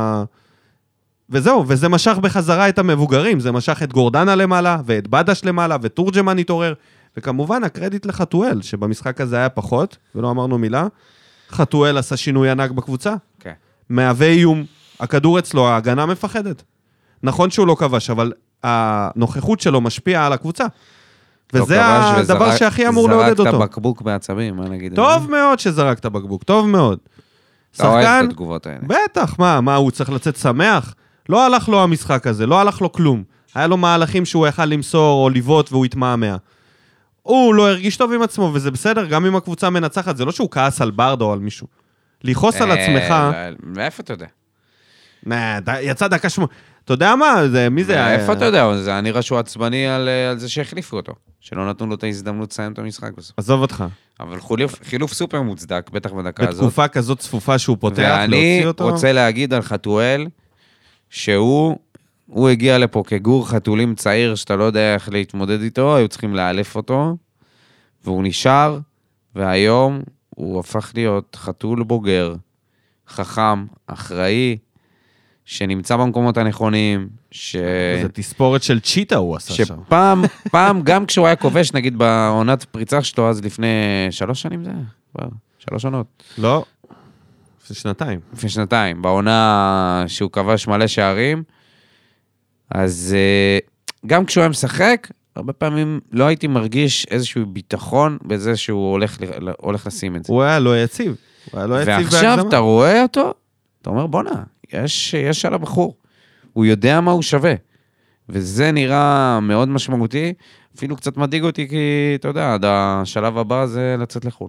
וזהו, וזה משך בחזרה את המבוגרים, זה משך את גורדנה למעלה, ואת בדש למעלה, וטורג'מן התעורר, וכמובן הקרדיט לחתואל, שבמשחק הזה היה פחות, ולא אמרנו מילה, חתואל עשה שינוי ענק בקבוצה, מהווה איום, הכדור אצלו, ההגנה מפחדת. נכון שהוא לא כבש, אבל הנוכחות שלו משפיעה על הקבוצה. וזה הדבר שהכי אמור לעודד אותו. זרקת בקבוק בעצבים, מה נגיד? טוב מאוד שזרקת בקבוק, טוב מאוד. אתה אוהב את התגובות האלה. בטח, מה, הוא צריך לצאת שמח? לא הלך לו המשחק הזה, לא הלך לו כלום. היה לו מהלכים שהוא יכל למסור או לבעוט והוא התמהמה. הוא לא הרגיש טוב עם עצמו, וזה בסדר, גם אם הקבוצה מנצחת, זה לא שהוא כעס על ברדה או על מישהו. לכעוס על עצמך... מאיפה אתה יודע? יצא דקה שמונה. אתה יודע מה? מי זה? איפה אתה יודע? זה נראה שהוא עצבני על זה שהחליפו אותו. שלא נתנו לו את ההזדמנות לסיים את המשחק בסוף. עזוב אותך. אבל חילוף סופר מוצדק, בטח בדקה הזאת. בתקופה כזאת צפופה שהוא פותח, להוציא אותו. ואני רוצה להגיד על חתואל, שהוא הוא הגיע לפה כגור חתולים צעיר, שאתה לא יודע איך להתמודד איתו, היו צריכים לאלף אותו, והוא נשאר, והיום הוא הפך להיות חתול בוגר, חכם, אחראי, שנמצא במקומות הנכונים, זה תספורת של צ'יטה הוא עשה שם. שפעם, גם כשהוא היה כובש, נגיד בעונת פריצה שלו, אז לפני 3 שנים זה היה, 3 עונות. לא, לפני 2 לפני 2, בעונה שהוא כבש מלא שערים, אז גם כשהוא היה משחק, הרבה פעמים לא הייתי מרגיש איזשהו ביטחון בזה שהוא הולך לשים את זה. הוא היה לא יציב. ועכשיו אתה רואה אותו, אתה אומר בונה, יש על הבחור. הוא יודע מה הוא שווה. וזה נראה מאוד משמעותי, אפילו קצת מדאיג אותי, כי אתה יודע, עד השלב הבא זה לצאת לחול.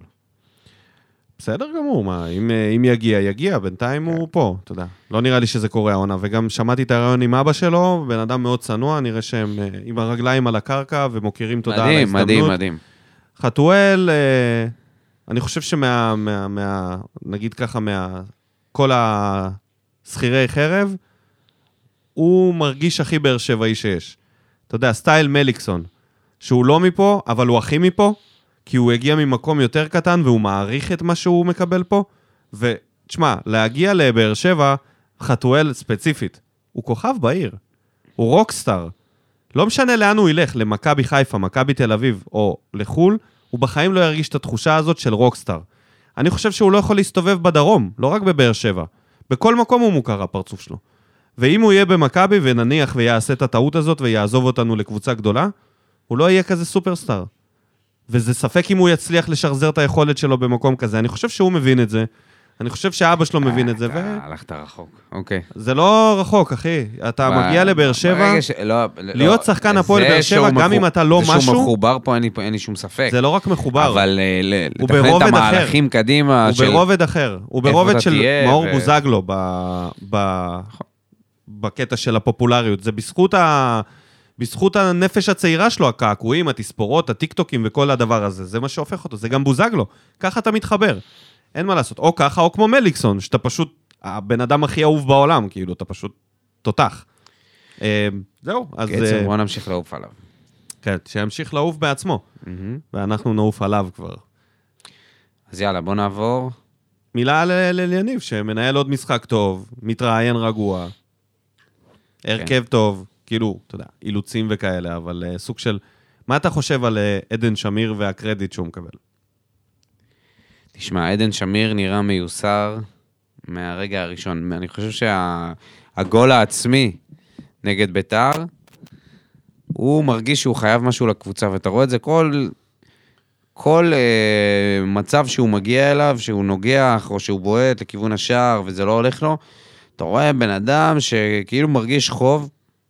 בסדר גמור, מה, אם יגיע, בינתיים הוא פה, אתה יודע. לא נראה לי שזה קורה העונה, וגם שמעתי את הרעיון עם אבא שלו, בן אדם מאוד צנוע, נראה שהם עם הרגליים על הקרקע, ומוכירים תודה על ההזדמנות. מדהים. חתואל, אני חושב נגיד ככה, כל השכירי חרב, הוא מרגיש הכי באר שבעי שיש. אתה יודע, סטייל מליקסון, שהוא לא מפה, אבל הוא הכי מפה, כי הוא הגיע ממקום יותר קטן, והוא מעריך את מה שהוא מקבל פה, ותשמע, להגיע לבאר שבע, חתואל ספציפית, הוא כוכב בעיר, הוא רוקסטאר, לא משנה לאן הוא ילך, למכבי חיפה, מכבי תל אביב, או לחול, הוא בחיים לא ירגיש את התחושה הזאת של רוקסטאר. אני חושב שהוא לא יכול להסתובב בדרום, לא רק בבאר שבע, בכל מקום הוא מוכר הפרצוף שלו. ואם הוא יהיה במכבי ונניח ויעשה את הטעות הזאת ויעזוב אותנו לקבוצה גדולה, הוא לא יהיה כזה סופרסטאר. וזה ספק אם הוא יצליח לשחזר את היכולת שלו במקום כזה. אני חושב שהוא מבין את זה. אני חושב שאבא שלו מבין את זה. הלכת רחוק, אוקיי. זה לא רחוק, אחי. אתה מגיע לבאר שבע, להיות שחקן הפועל באר שבע, גם אם אתה לא משהו... זה שהוא מחובר פה, אין לי שום ספק. זה לא רק מחובר. אבל לתכנן את המהלכים קדימה... הוא ברובד אחר. הוא ברובד של מאור בוזגלו בקטע של הפופולריות. זה בזכות הנפש הצעירה שלו, הקעקועים, התספורות, הטיקטוקים וכל הדבר הזה. זה מה שהופך אותו. זה גם בוזגלו. ככה אתה מתחבר. אין מה לעשות. או ככה, או כמו מליקסון, שאתה פשוט הבן אדם הכי אהוב בעולם, כאילו, אתה פשוט תותח. זהו. בעצם בוא נמשיך לעוף עליו. כן, שימשיך לעוף בעצמו. ואנחנו נעוף עליו כבר. אז יאללה, בוא נעבור. מילה ליניב, שמנהל עוד משחק טוב, מתראיין רגוע, הרכב טוב, כאילו, אתה יודע, אילוצים וכאלה, אבל סוג של... מה אתה חושב על עדן שמיר והקרדיט שהוא מקבל? תשמע, עדן שמיר נראה מיוסר מהרגע הראשון. אני חושב שהגול העצמי נגד ביתר, הוא מרגיש שהוא חייב משהו לקבוצה, ואתה רואה את זה כל מצב שהוא מגיע אליו, שהוא נוגח או שהוא בועט לכיוון השער וזה לא הולך לו, אתה רואה בן אדם שכאילו מרגיש חוב,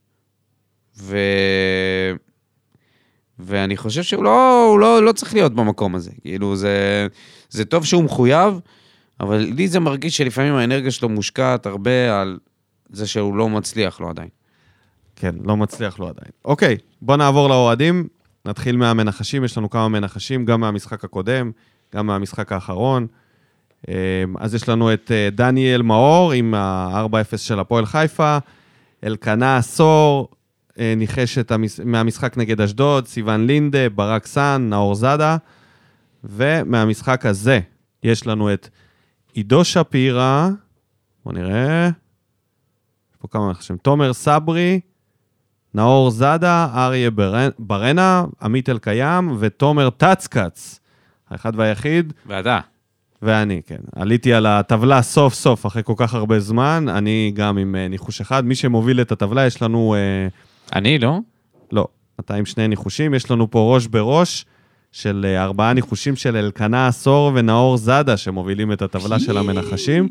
ואני חושב שהוא לא צריך להיות במקום הזה. כאילו זה טוב שהוא מחויב, אבל לי זה מרגיש שלפעמים האנרגיה שלו מושקעת הרבה על זה שהוא לא מצליח לו עדיין. כן, לא מצליח לו עדיין. אוקיי, בוא נעבור לאוהדים. נתחיל מהמנחשים, יש לנו כמה מנחשים, גם מהמשחק הקודם, גם מהמשחק האחרון. אז יש לנו את דניאל מאור עם ה-4-0 של הפועל חיפה, אלקנה עשור, ניחש מהמשחק נגד אשדוד, סיוון לינדה, ברק סן, נאור זאדה, ומהמשחק הזה יש לנו את עידו שפירה, בוא נראה, יש פה כמה מנחשים, תומר סברי, נאור זאדה, אריה ברנה, עמית אלקיים, ותומר טצקץ, האחד והיחיד. ואתה. ואני, כן. עליתי על הטבלה סוף סוף, אחרי כל כך הרבה זמן, אני גם עם ניחוש אחד. מי שמוביל את הטבלה, יש לנו... אני, לא? לא, אתה עם 2 ניחושים, יש לנו פה ראש בראש של 4 ניחושים של אלקנה עשור ונאור זאדה, שמובילים את הטבלה של המנחשים.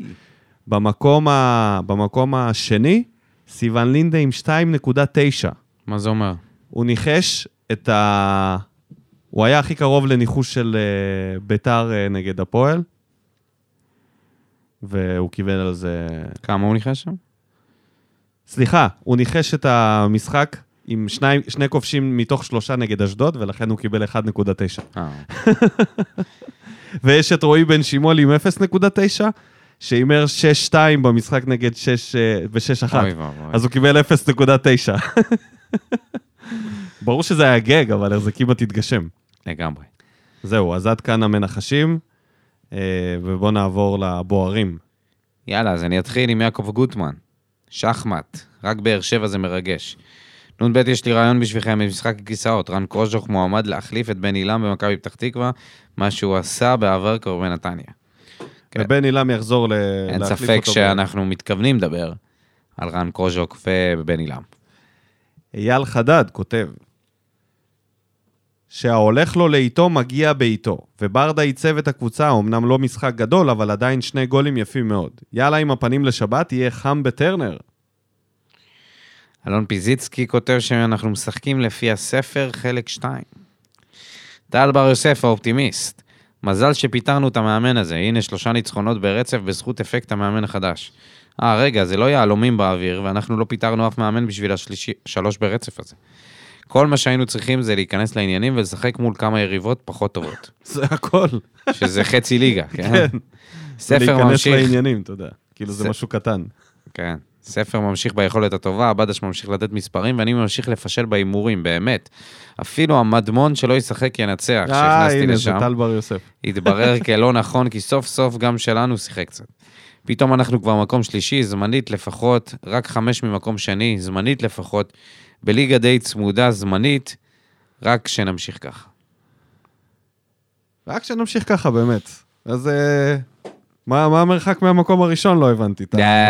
במקום השני, סיוון לינדה עם 2.9. מה זה אומר? הוא ניחש הוא היה הכי קרוב לניחוש של ביתר נגד הפועל, והוא קיבל על זה... כמה הוא ניחש שם? סליחה, הוא ניחש את המשחק עם 2 כובשים מתוך 3 נגד אשדוד, ולכן הוא קיבל 1.9. ויש את רועי בן שימול עם 0.9, שאימר 6-2 במשחק נגד 6-1. אז הוא קיבל 0.9. ברור שזה היה גג, אבל זה כמעט התגשם. לגמרי. זהו, אז עד כאן המנחשים, ובואו נעבור לבוערים. יאללה, אז אני אתחיל עם יעקב גוטמן. שחמט, רק באר שבע זה מרגש. נ"ב יש לי רעיון בשבילכם במשחק הכיסאות. רן קרוז'וק מועמד להחליף את בן אילם במכבי פתח תקווה, מה שהוא עשה בעבר כבר בנתניה. ובן אילם יחזור להחליף אותו. אין ספק שאנחנו מתכוונים לדבר על רן קרוז'וק ובן אילם. אייל חדד כותב, שההולך לו לאיתו מגיע באיתו, וברדה ייצב את הקבוצה, אמנם לא משחק גדול, אבל עדיין 2 גולים יפים מאוד. יאללה עם הפנים לשבת, יהיה חם בטרנר. אלון פיזיצקי כותב שאנחנו משחקים לפי הספר חלק 2. טל בר יוסף האופטימיסט, מזל שפיתרנו את המאמן הזה, הנה 3 ניצחונות ברצף בזכות אפקט המאמן החדש. רגע, זה לא יעלומים באוויר, ואנחנו לא פיתרנו אף מאמן בשביל 3 ברצף הזה. כל מה שהיינו צריכים זה להיכנס לעניינים ולשחק מול כמה יריבות פחות טובות. זה הכל. שזה חצי ליגה, כן? כן. ספר ממשיך. להיכנס לעניינים, אתה יודע. כאילו זה משהו קטן. כן. ספר ממשיך ביכולת הטובה, הבדש ממשיך לתת מספרים, ואני ממשיך לפשל באימורים, באמת. אפילו המדמון שלא ישחק ינצח, שהכנסתי לשם. הנה, זה טל בר יוסף. התברר כלא נכון, כי סוף סוף גם שלנו שיחק קצת. פתאום אנחנו כבר מקום שלישי, זמנית לפחות, רק 5 ממקום שני, זמנית לפחות, בליגה די צמודה, זמנית, רק שנמשיך ככה. רק שנמשיך ככה, באמת. אז מה המרחק מהמקום הראשון? לא הבנתי.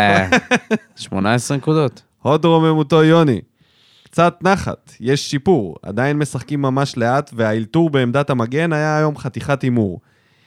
18 נקודות. הוד רוממותו יוני. קצת נחת, יש שיפור, עדיין משחקים ממש לאט, והאילתור בעמדת המגן היה היום חתיכת אימור.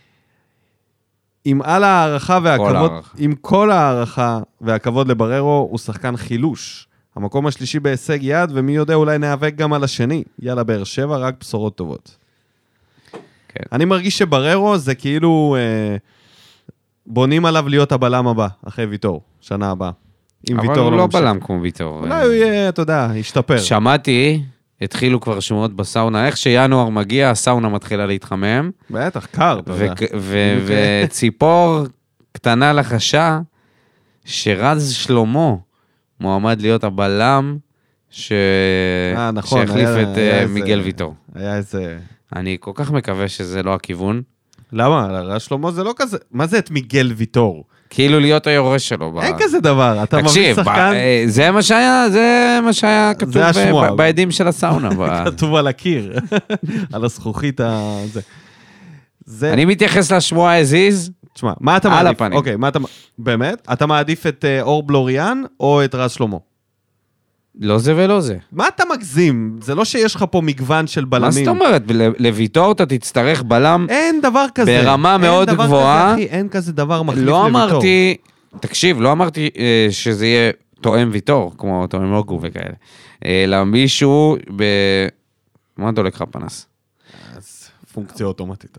עם על הערכה והכבוד, עם כל הערכה והכבוד לבררו, הוא שחקן חילוש. המקום השלישי בהישג יד, ומי יודע אולי נאבק גם על השני. יאללה, באר שבע, רק בשורות טובות. כן. אני מרגיש שבררו זה כאילו בונים עליו להיות הבלם הבא, אחרי ויטור, שנה הבאה. אבל הוא לא בלם כמו ויטור. אולי הוא יהיה, אתה יודע, ישתפר. שמעתי, התחילו כבר שמועות בסאונה, איך שינואר מגיע, הסאונה מתחילה להתחמם. בטח, קר, אתה יודע. וציפור קטנה לחשה, שרז שלמה מועמד להיות הבלם שהחליף את מיגל ויטור. היה איזה... אני כל כך מקווה שזה לא הכיוון. למה? רז שלמה זה לא כזה... מה זה את מיגל ויטור? כאילו להיות היורש שלו. אין כזה דבר, אתה מביא שחקן... זה מה שהיה כתוב בעדים של הסאונה. כתוב על הקיר, על הזכוכית הזה. אני מתייחס לשמוע הזיז, תשמע, מה אתה מעדיף? אוקיי, באמת? אתה מעדיף את אור בלוריאן או את רז שלמה? לא זה ולא זה. מה אתה מגזים? זה לא שיש לך פה מגוון של בלמים. מה זאת אומרת? לויטור אתה תצטרך בלם... אין דבר כזה. ברמה מאוד גבוהה. אין כזה דבר מחליף לויטור. לא אמרתי... תקשיב, לא אמרתי שזה יהיה תואם ויטור, כמו תואם אוגו וכאלה. אלא מישהו מה דולק לך פנס? אז פונקציה אוטומטית.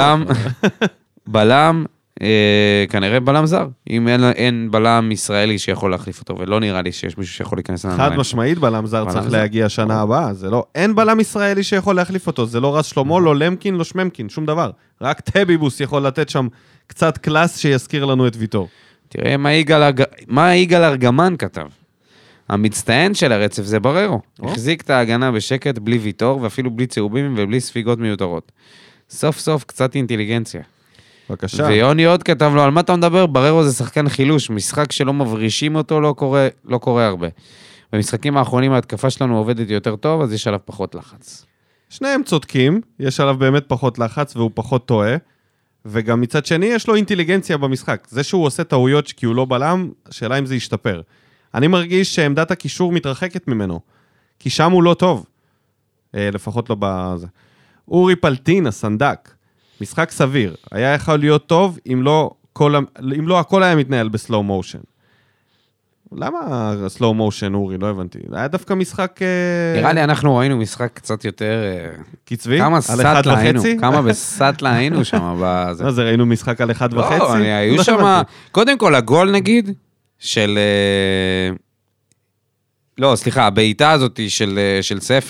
בלם, כנראה בלם זר. אם אין בלם ישראלי שיכול להחליף אותו, ולא נראה לי שיש מישהו שיכול להיכנס לנעליים. חד משמעית, בלם זר צריך להגיע שנה הבאה. זה לא, אין בלם ישראלי שיכול להחליף אותו. זה לא רז שלמה, לא למקין, לא שממקין, שום דבר. רק טביבוס יכול לתת שם קצת קלאס שיזכיר לנו את ויטור. תראה מה יגאל ארגמן כתב. המצטיין של הרצף זה בררו. החזיק את ההגנה בשקט בלי ויטור, ואפילו בלי צהובים ובלי ספיגות מיותרות. סוף סוף קצת אינטליגנציה. בבקשה. ויוני עוד כתב לו, על מה אתה מדבר? בררו זה שחקן חילוש, משחק שלא מברישים אותו, לא קורה הרבה. במשחקים האחרונים ההתקפה שלנו עובדת יותר טוב, אז יש עליו פחות לחץ. שניהם צודקים, יש עליו באמת פחות לחץ והוא פחות טועה, וגם מצד שני יש לו אינטליגנציה במשחק. זה שהוא עושה טעויות כי הוא לא בלם, השאלה אם זה ישתפר. אני מרגיש שעמדת הקישור מתרחקת ממנו, כי שם הוא לא טוב. לפחות לא בזה. אורי פלטין, הסנדק, משחק סביר. היה יכול להיות טוב אם לא הכל היה מתנהל בסלואו מושן. למה סלואו מושן, אורי? לא הבנתי. היה דווקא משחק... נראה לי אנחנו ראינו משחק קצת יותר... קצבי? כמה סטלה היינו, כמה בסטלה היינו שם. מה זה, ראינו משחק על 1.5? לא, היו שם... קודם כל, הגול נגיד, לא, סליחה, הבעיטה הזאת של ספר,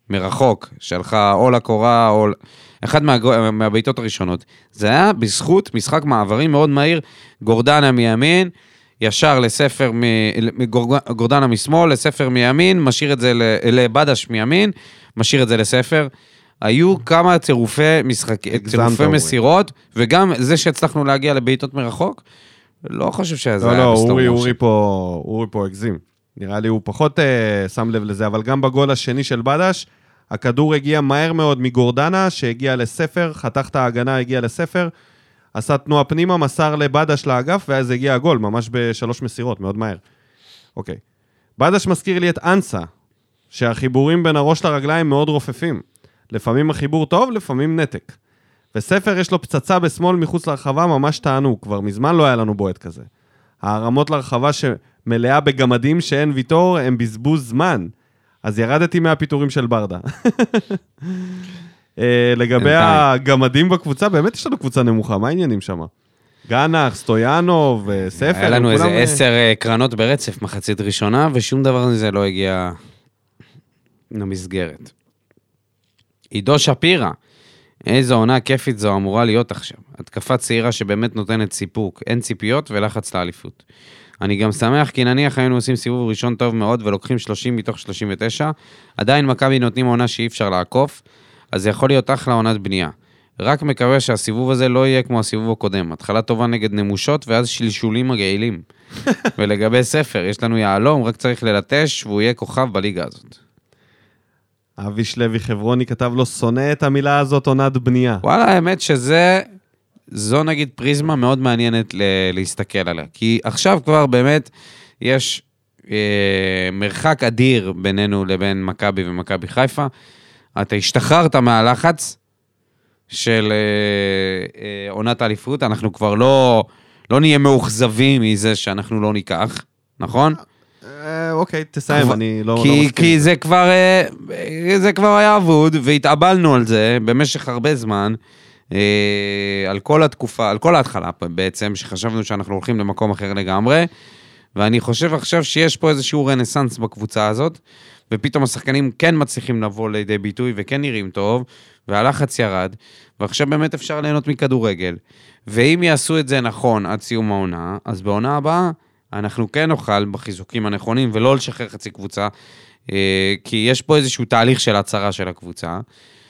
מרחוק, שהלכה או לקורה, או אחד מהבעיטות הראשונות, זה היה בזכות משחק מעברים מאוד מהיר, גורדנה מימין, ישר לספר, גורדנה משמאל, לספר מימין, משאיר את זה לבדש מימין, משאיר את זה לספר. היו כמה צירופי מסירות, וגם זה שהצלחנו להגיע לבעיטות מרחוק, לא חושב שזה היה בסטור. אורי פה הגזים. נראה לי הוא פחות שם לב לזה, אבל גם בגול השני של בדש, הכדור הגיע מהר מאוד מגורדנה, שהגיע לספר, חתך את ההגנה, הגיע לספר, עשה תנועה פנימה, מסר לבדש לאגף, ואז הגיע הגול, ממש ב3 מסירות, מאוד מהר. אוקיי. בדש מזכיר לי את אנסה, שהחיבורים בין הראש לרגליים מאוד רופפים. לפעמים החיבור טוב, לפעמים נתק. וספר יש לו פצצה בשמאל מחוץ לרחבה, ממש טענו, כבר מזמן לא היה לנו בועט כזה. הרמות לרחבה שמלאה בגמדים שאין ויתור, הם בזבוז זמן. אז ירדתי מהפיתורים של ברדה. לגבי הגמדים בקבוצה, באמת יש לנו קבוצה נמוכה, מה העניינים שם? גנח, סטויאנוב, ספר. היה לנו איזה 10 קרנות ברצף, מחצית ראשונה, ושום דבר מזה לא הגיע למסגרת. עידו שפירה, איזו עונה כיפית זו אמורה להיות עכשיו. התקפה צעירה שבאמת נותנת סיפוק, אין ציפיות ולחץ לאליפות. אני גם שמח כי נניח היינו עושים סיבוב ראשון טוב מאוד ולוקחים 30 מתוך 39, עדיין מכבי נותנים עונה שאי אפשר לעקוף, אז זה יכול להיות אחלה עונת בנייה. רק מקווה שהסיבוב הזה לא יהיה כמו הסיבוב הקודם, התחלה טובה נגד נמושות ואז שלשולים מגעילים. ולגבי ספר, יש לנו יעלום, רק צריך ללטש והוא יהיה כוכב בליגה הזאת. אביש לוי חברוני כתב לו, שונא את המילה הזאת עונת בנייה. וואלה, האמת זו נגיד פריזמה מאוד מעניינת להסתכל עליה. כי עכשיו כבר באמת יש מרחק אדיר בינינו לבין מכבי ומכבי חיפה. אתה השתחררת מהלחץ של עונת האליפות, אנחנו כבר לא נהיה מאוכזבים מזה שאנחנו לא ניקח, נכון? אוקיי, תסיים, אני לא מסכים. כי זה כבר היה אבוד, והתאבלנו על זה במשך הרבה זמן, על כל התקופה, על כל ההתחלה בעצם, שחשבנו שאנחנו הולכים למקום אחר לגמרי, ואני חושב עכשיו שיש פה איזשהו רנסנס בקבוצה הזאת, ופתאום השחקנים כן מצליחים לבוא לידי ביטוי, וכן נראים טוב, והלחץ ירד, ועכשיו באמת אפשר ליהנות מכדורגל, ואם יעשו את זה נכון עד סיום העונה, אז בעונה הבאה, אנחנו כן נוכל בחיזוקים הנכונים, ולא לשחרר חצי קבוצה, כי יש פה איזשהו תהליך של הצהרה של הקבוצה,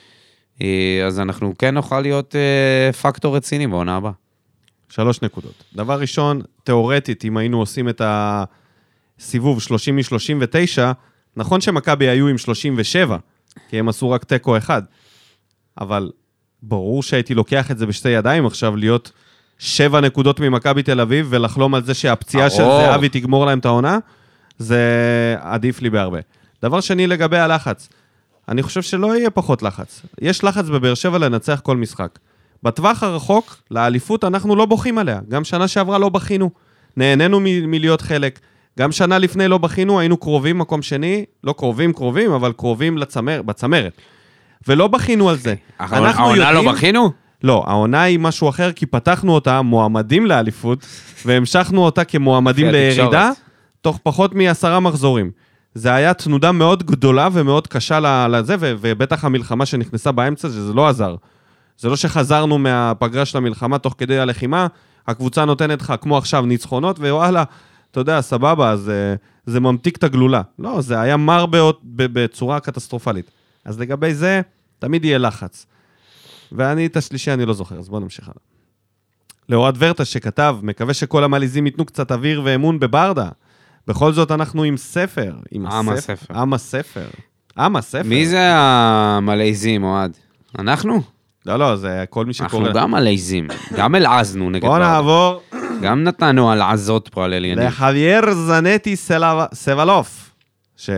אז אנחנו כן נוכל להיות פקטור רציני בעונה הבאה. 3 נקודות. דבר ראשון, תיאורטית, אם היינו עושים את הסיבוב 30 מ-39, נכון שמכבי היו עם 37, כי הם עשו רק טקו אחד, אבל ברור שהייתי לוקח את זה בשתי ידיים עכשיו, להיות 7 נקודות ממכבי תל אביב, ולחלום על זה שהפציעה של זהבי תגמור להם את העונה, זה עדיף לי בהרבה. דבר שני לגבי הלחץ, אני חושב שלא יהיה פחות לחץ. יש לחץ בבאר שבע לנצח כל משחק. בטווח הרחוק, לאליפות אנחנו לא בוכים עליה. גם שנה שעברה לא בכינו. נהנינו מלהיות חלק. גם שנה לפני לא בכינו, היינו קרובים מקום שני, לא קרובים, אבל קרובים בצמרת. ולא בכינו על זה. העונה לא בכינו? לא, העונה היא משהו אחר, כי פתחנו אותה מועמדים לאליפות, והמשכנו אותה כמועמדים לירידה, תוך פחות מ10 מחזורים. זה היה תנודה מאוד גדולה ומאוד קשה לזה, ובטח המלחמה שנכנסה באמצע, זה לא עזר. זה לא שחזרנו מהפגרה של המלחמה תוך כדי הלחימה, הקבוצה נותנת לך כמו עכשיו ניצחונות, ווואלה, אתה יודע, סבבה, אז זה ממתיק את הגלולה. לא, זה היה מר בצורה קטסטרופלית. אז לגבי זה, תמיד יהיה לחץ. ואני את השלישי אני לא זוכר, אז בואו נמשיך הלאה. לאורד ורטה שכתב, מקווה שכל המליזים ייתנו קצת אוויר ואמון בברדה. בכל זאת אנחנו עם ספר. עם הספר. מי זה המליזים, אוהד? אנחנו? לא, זה כל מי שקורא. אנחנו גם מליזים, גם אלעזנו נגד ברדה. בוא נעבור. גם נתנו אלעזות פה על עליינים. לחווייר זנטי סבלוף, שיש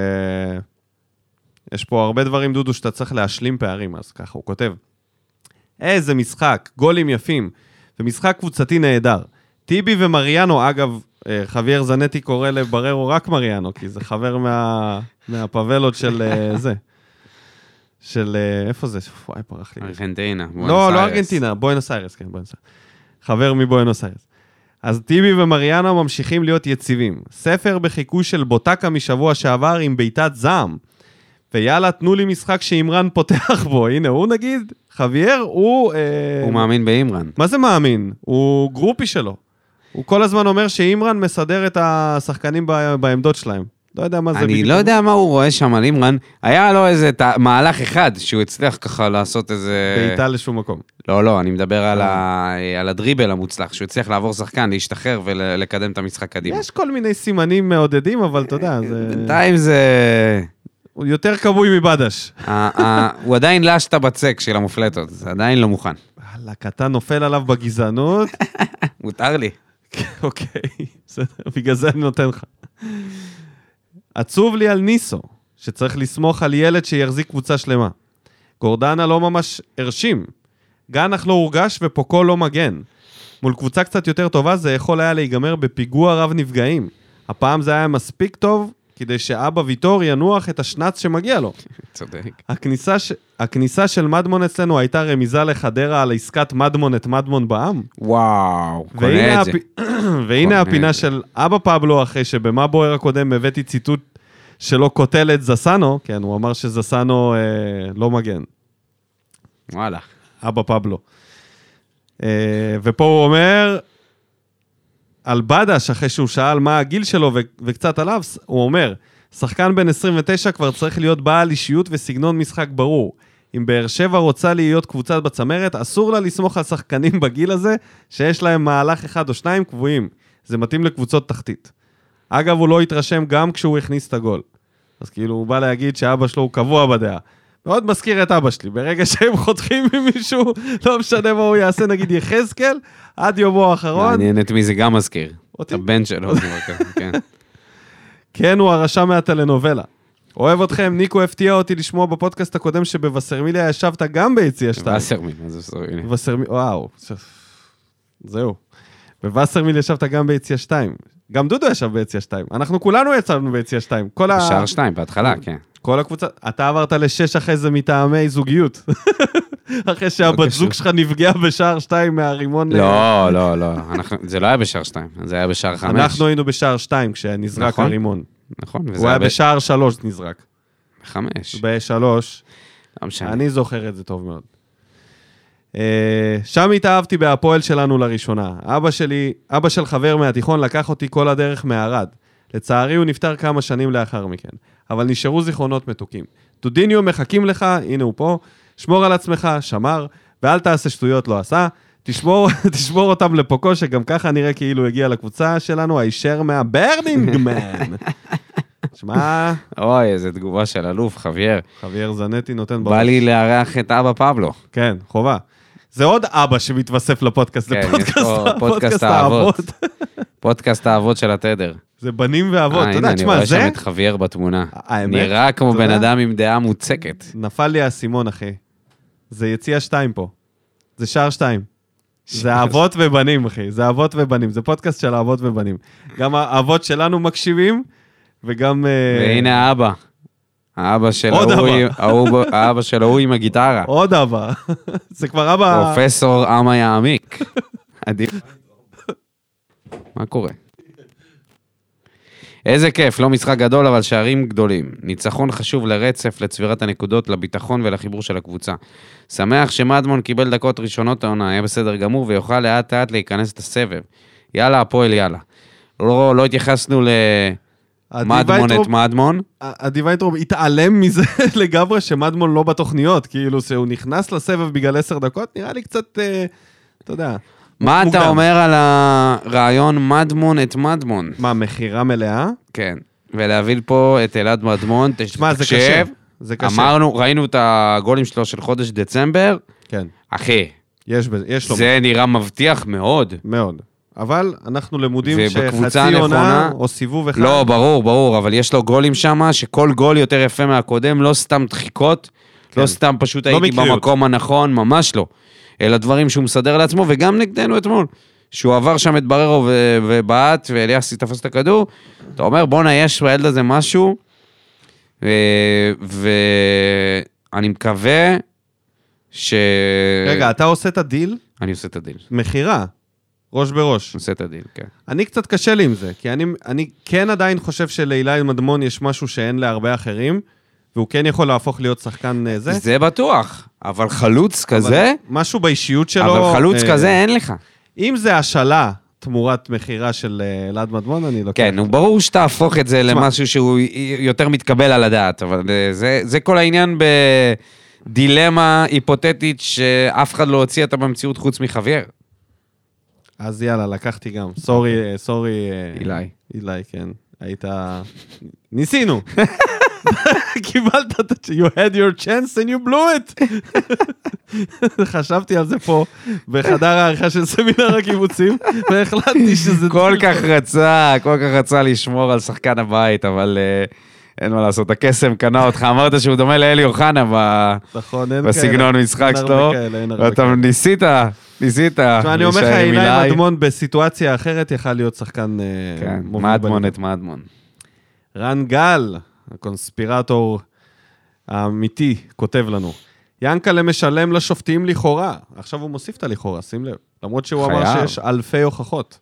פה הרבה דברים, דודו, שאתה צריך להשלים פערים, אז ככה הוא כותב. איזה משחק, גולים יפים, ומשחק קבוצתי נהדר. טיבי ומריאנו, אגב, חווייר זנטי קורא לבררו רק מריאנו, כי זה חבר מהפבלות של זה. של, איפה זה? וואי, פרח לי. ארגנטינה. לא ארגנטינה, בואנוס איירס, כן, בואנוס איירס. חבר מבואנוס איירס. אז טיבי ומריאנו ממשיכים להיות יציבים. ספר בחיקוי של בוטקה משבוע שעבר עם ביתת זעם. ויאללה, תנו לי משחק שאימרן פותח בו. הנה, הוא נגיד, חוויאר, הוא... הוא מאמין באימרן. מה זה מאמין? הוא גרופי שלו. הוא כל הזמן אומר שאימרן מסדר את השחקנים בעמדות שלהם. לא יודע מה זה בדיוק. אני לא יודע מה הוא רואה שם על אימרן. היה לו איזה מהלך אחד שהוא הצליח ככה לעשות איזה... בעיטה לשום מקום. לא, אני מדבר על הדריבל המוצלח, שהוא הצליח לעבור שחקן, להשתחרר ולקדם את המשחק קדימה. יש כל מיני סימנים מעודדים, אבל אתה יודע, זה... בינתיים זה... הוא יותר קבוי מבדש. הוא עדיין לש את הבצק של המופלטות, זה עדיין לא מוכן. אתה נופל עליו בגזענות. מותר לי. אוקיי, בסדר, בגלל זה אני נותן לך. עצוב לי על ניסו, שצריך לסמוך על ילד שיחזיק קבוצה שלמה. גורדנה לא ממש הרשים. גנח לא הורגש ופוקו לא מגן. מול קבוצה קצת יותר טובה זה יכול היה להיגמר בפיגוע רב נפגעים. הפעם זה היה מספיק טוב, כדי שאבא ויטור ינוח את השנץ שמגיע לו. צודק. הכניסה של מדמון אצלנו הייתה רמיזה לחדרה על עסקת מדמון את מדמון בעם. וואו, קונה את זה. והנה הפינה של אבא פבלו, אחרי שבמה בוער הקודם הבאתי ציטוט שלא קוטל את זסנו, כן, הוא אמר שזסנו לא מגן. וואלה. אבא פבלו. ופה הוא אומר, על בדש, אחרי שהוא שאל מה הגיל שלו וקצת עליו, הוא אומר, שחקן בן 29 כבר צריך להיות בעל אישיות וסגנון משחק ברור. אם באר שבע רוצה להיות קבוצת בצמרת, אסור לה לסמוך על שחקנים בגיל הזה, שיש להם מהלך אחד או שניים קבועים. זה מתאים לקבוצות תחתית. אגב, הוא לא התרשם גם כשהוא הכניס את הגול. אז כאילו, הוא בא להגיד שאבא שלו הוא קבוע בדעה. מאוד מזכיר את אבא שלי. ברגע שהם חותכים ממישהו, לא משנה מה הוא יעשה, נגיד יחזקאל, עד יומו האחרון. מעניין את מי זה גם מזכיר. אותי? הבן שלו. כן. כן, הוא הרשע מהטלנובלה. אוהב אתכם, ניקו הפתיע אותי לשמוע בפודקאסט הקודם שבווסרמיליה ישבת גם ביציע 2. וסרמיל, מה זה סוריני? וואו, זהו. בווסרמיל ישבת גם ביציע 2. גם דודו ישב ביציע 2. אנחנו כולנו יצבנו ביציע 2. בשער 2, בהתחלה, כן. כל הקבוצה, אתה עברת ל6 אחרי זה מטעמי זוגיות. אחרי שהבת זוג שלך נפגע בשער 2 מהרימון. לא. זה לא היה בשער 2, זה היה בשער 5. אנחנו היינו בשער 2 כשנזרק הרימון. נכון. הוא היה בשער 3 נזרק. 5. ב3. לא משנה. אני זוכר את זה טוב מאוד. שם התאהבתי בהפועל שלנו לראשונה. אבא של חבר מהתיכון לקח אותי כל הדרך מערד. לצערי הוא נפטר כמה שנים לאחר מכן. אבל נשארו זיכרונות מתוקים. דודיניו מחכים לך, הנה הוא פה, שמור על עצמך, שמר, ואל תעשה שטויות לא עשה, תשמור אותם לפוקו, שגם ככה נראה כאילו הגיע לקבוצה שלנו, הישר מהברנינגמן. שמע... אוי, איזה תגובה של אלוף, חוויאר. חוויאר זנטי נותן בראש. בא לי לארח את אבא פבלו. כן, חובה. זה עוד אבא שמתווסף לפודקאסט, זה פודקאסט האבות. פודקאסט האבות של התדר. זה בנים ואבות, אתה יודע, תשמע, זה... אני רואה שם את חוויאר בתמונה. נראה כמו בן אדם עם דעה מוצקת. נפל לי האסימון, אחי. זה יציע 2 פה. זה שער 2. זה אבות ובנים, אחי. זה אבות ובנים. זה פודקאסט של אבות ובנים. גם האבות שלנו מקשיבים, וגם... והנה האבא. האבא של ההוא עם הגיטרה. עוד אבא. זה כבר אבא... פרופסור אמה יעמיק. מה קורה? איזה כיף, לא משחק גדול, אבל שערים גדולים. ניצחון חשוב לרצף, לצבירת הנקודות, לביטחון ולחיבור של הקבוצה. שמח שמדמון קיבל דקות ראשונות העונה, היה בסדר גמור, ויוכל לאט לאט להיכנס את הסבב. יאללה, הפועל, יאללה. לא התייחסנו למדמון את מדמון. עדי וייטרוב התעלם מזה לגמרי שמדמון לא בתוכניות, כאילו שהוא נכנס לסבב בגלל 10 דקות, נראה לי קצת, אתה יודע... מה אתה אומר על הרעיון מדמון את מדמון? מה, מחירה מלאה? כן, ולהביא פה את אלעד מדמון, תשמע, זה קשה. זה קשה. אמרנו, ראינו את הגולים שלו של חודש דצמבר. כן. אחי, יש לו. זה נראה מבטיח מאוד. מאוד. אבל אנחנו למודים שחצי עונה או סיבוב אחד. לא, ברור, אבל יש לו גולים שם, שכל גול יותר יפה מהקודם, לא סתם דחיקות, לא סתם פשוט הייתי במקום הנכון, ממש לא. אלא דברים שהוא מסדר לעצמו, וגם נגדנו אתמול. שהוא עבר שם את בררו ובעט, ואליאסי תפס את הכדור, אתה אומר, בוא יש בילד הזה משהו, ואני מקווה רגע, אתה עושה את הדיל? אני עושה את הדיל. מחירה, ראש בראש. עושה את הדיל, כן. אני קצת קשה לי עם זה, כי אני כן עדיין חושב שלאילאי מדמון יש משהו שאין להרבה אחרים, והוא כן יכול להפוך להיות שחקן זה. זה בטוח, אבל חלוץ כזה? משהו באישיות שלו. אבל חלוץ כזה אין לך. אם זה השאלה תמורת מחירה של אלעד מדמון, אני לוקח. כן, הוא ברור שתהפוך את זה למשהו שהוא יותר מתקבל על הדעת, אבל זה כל העניין בדילמה היפותטית שאף אחד לא הוציא אותה במציאות חוץ מחווייר. אז יאללה, לקחתי גם. סורי. אילי, כן. היית... ניסינו. קיבלת את... You had your chance and you blew it. חשבתי על זה פה, בחדר העריכה של סמינר הקיבוצים, והחלטתי שזה... כל כך רצה לשמור על שחקן הבית, אבל אין מה לעשות, הקסם קנה אותך, אמרת שהוא דומה לאלי אוחנה בסגנון משחק שלו, ואתה ניסית. אני אומר לך, אילי מדמון בסיטואציה אחרת יכל להיות שחקן מדמון. רן גל, הקונספירטור האמיתי, כותב לנו, ינקלה משלם לשופטים לכאורה. עכשיו הוא מוסיף את הלכאורה, שים לב. למרות שהוא אמר שיש אלפי הוכחות.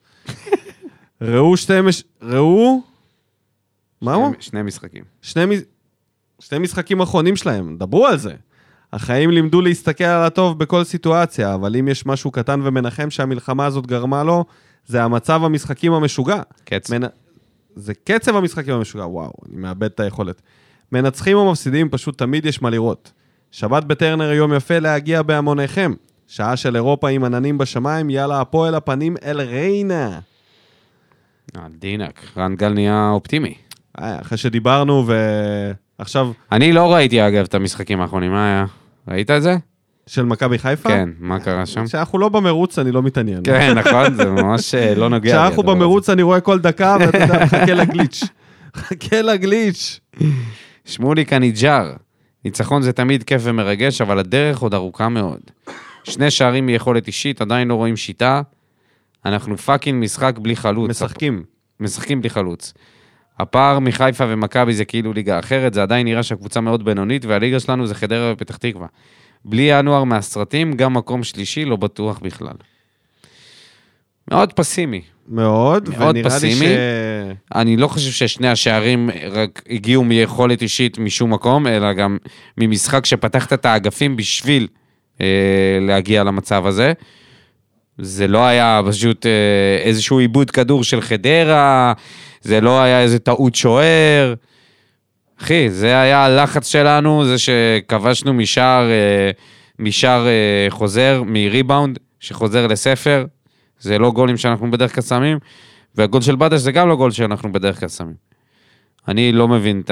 ראו... מה הוא? שני משחקים. שני משחקים אחרונים שלהם, דברו על זה. החיים לימדו להסתכל על הטוב בכל סיטואציה, אבל אם יש משהו קטן ומנחם שהמלחמה הזאת גרמה לו, זה המצב המשחקים המשוגע. זה קצב המשחקים המשוגע, וואו, אני מאבד את היכולת. מנצחים או מפסידים, פשוט תמיד יש מה לראות. שבת בטרנר יום יפה להגיע בהמוניכם. שעה של אירופה עם עננים בשמיים, יאללה, הפועל הפנים אל ריינה. דינק, רן גל נהיה אופטימי. אחרי שדיברנו ועכשיו... אני לא ראיתי אגב את המשחקים האחרונים, מה היה? ראית את זה? של מכבי חיפה? כן, מה קרה שם? כשאנחנו לא במרוץ, אני לא מתעניין. כן, נכון, זה ממש לא נוגע. כשאנחנו במרוץ, אני רואה כל דקה, ואתה יודע, חכה לגליץ'. שמוליק הניג'ר. ניצחון זה תמיד כיף ומרגש, אבל הדרך עוד ארוכה מאוד. 2 שערים מיכולת אישית, עדיין לא רואים שיטה. אנחנו פאקינג משחק בלי חלוץ. משחקים בלי חלוץ. הפער מחיפה ומכבי זה כאילו ליגה אחרת, זה עדיין נראה שהקבוצה מאוד בינונית, והליגה שלנו זה חדרה ופתח תקווה. בלי ינואר מהסרטים, גם מקום שלישי לא בטוח בכלל. מאוד פסימי. מאוד פסימי. אני לא חושב ששני השערים רק הגיעו מיכולת אישית משום מקום, אלא גם ממשחק שפתחת את האגפים בשביל להגיע למצב הזה. זה לא היה פשוט איזשהו עיבוד כדור של חדרה, זה לא היה איזה טעות שוער. אחי, זה היה הלחץ שלנו, זה שכבשנו משער חוזר, מריבאונד, שחוזר לספר, זה לא גולים שאנחנו בדרך כלל שמים, והגול של בדש זה גם לא גול שאנחנו בדרך כלל שמים. אני לא מבין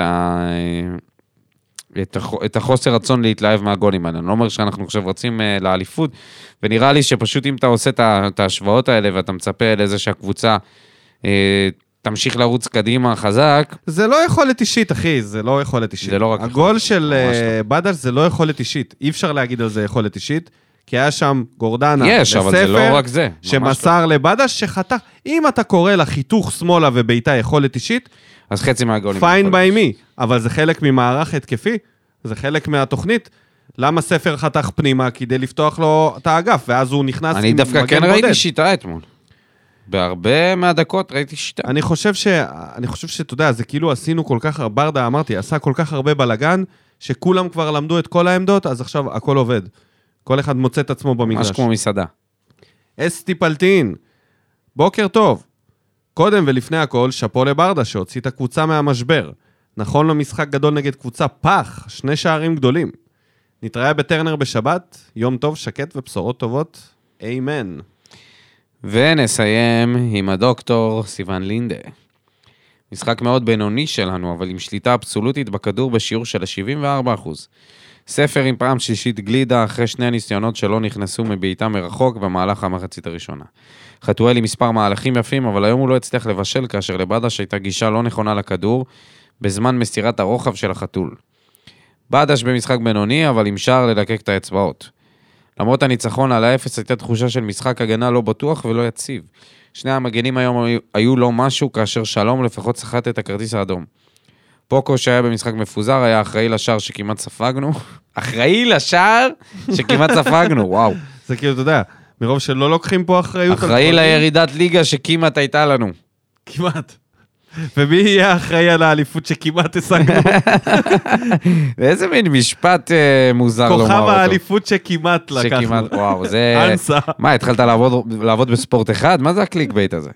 את החוסר רצון להתלהב מהגולים האלה. אני לא אומר שאנחנו עכשיו רצים לאליפות, ונראה לי שפשוט אם אתה עושה את ההשוואות האלה, ואתה מצפה לאיזה שהקבוצה תמשיך לרוץ קדימה חזק. זה לא יכולת אישית, אחי, זה לא יכולת אישית. זה לא רק הגול של בדש זה לא יכולת אישית. אי אפשר להגיד על זה יכולת אישית, כי היה שם גורדנה לספר, אבל זה לא רק זה. שמסר לבדש שחתך. אם אתה קורא לחיתוך שמאלה וביתה יכולת אישית, אז חצי מהגולים. פיין ביי מי, אבל זה חלק ממערך התקפי, זה חלק מהתוכנית. למה ספר חתך פנימה? כדי לפתוח לו את האגף, ואז הוא נכנס עם מגן בודד. אני דווקא כן ראיתי שיטה אתמול. בהרבה מהדקות ראיתי שיטה. אני חושב שאתה יודע, זה כאילו עשינו כל כך, ברדה אמרתי, עשה כל כך הרבה בלגן, שכולם כבר למדו את כל העמדות, אז עכשיו הכל עובד. כל אחד מוצא את עצמו במגרש. ממש כמו מסעדה. אסתי פלטין, בוקר טוב. קודם ולפני הכל, שפו לברדה שהוציא את הקבוצה מהמשבר. נכון לו משחק גדול נגד קבוצה פח, 2 שערים גדולים. נתראה בטרנר בשבת, יום טוב, שקט ובשורות טובות. אמן. ונסיים עם הדוקטור סיוון לינדה. משחק מאוד בינוני שלנו, אבל עם שליטה אבסולוטית בכדור בשיעור של 74%. ספר עם פעם שלישית גלידה אחרי 2 ניסיונות שלא נכנסו מבעיטה מרחוק במהלך המחצית הראשונה. חתואל עם מספר מהלכים יפים, אבל היום הוא לא הצליח לבשל כאשר לבדש הייתה גישה לא נכונה לכדור בזמן מסירת הרוחב של החתול. בדש במשחק בינוני, אבל עם שער ללקק את האצבעות. למרות הניצחון על האפס הייתה תחושה של משחק הגנה לא בטוח ולא יציב. 2 המגנים היום היו לא משהו כאשר שלום לפחות שחט את הכרטיס האדום. פוקו שהיה במשחק מפוזר היה אחראי לשער שכמעט ספגנו. אחראי לשער שכמעט ספגנו, וואו. זה כאילו, אתה יודע, מרוב שלא לוקחים פה אחריות. אחראי לירידת ליגה שכמעט הייתה לנו. כמעט. ומי יהיה אחראי על האליפות שכמעט השגנו? איזה מין משפט מוזר לומר אותו. כוכב האליפות שכמעט לקחנו. וואו, זה... אנסה. מה, התחלת לעבוד בספורט אחד? מה זה הקליק בייט הזה?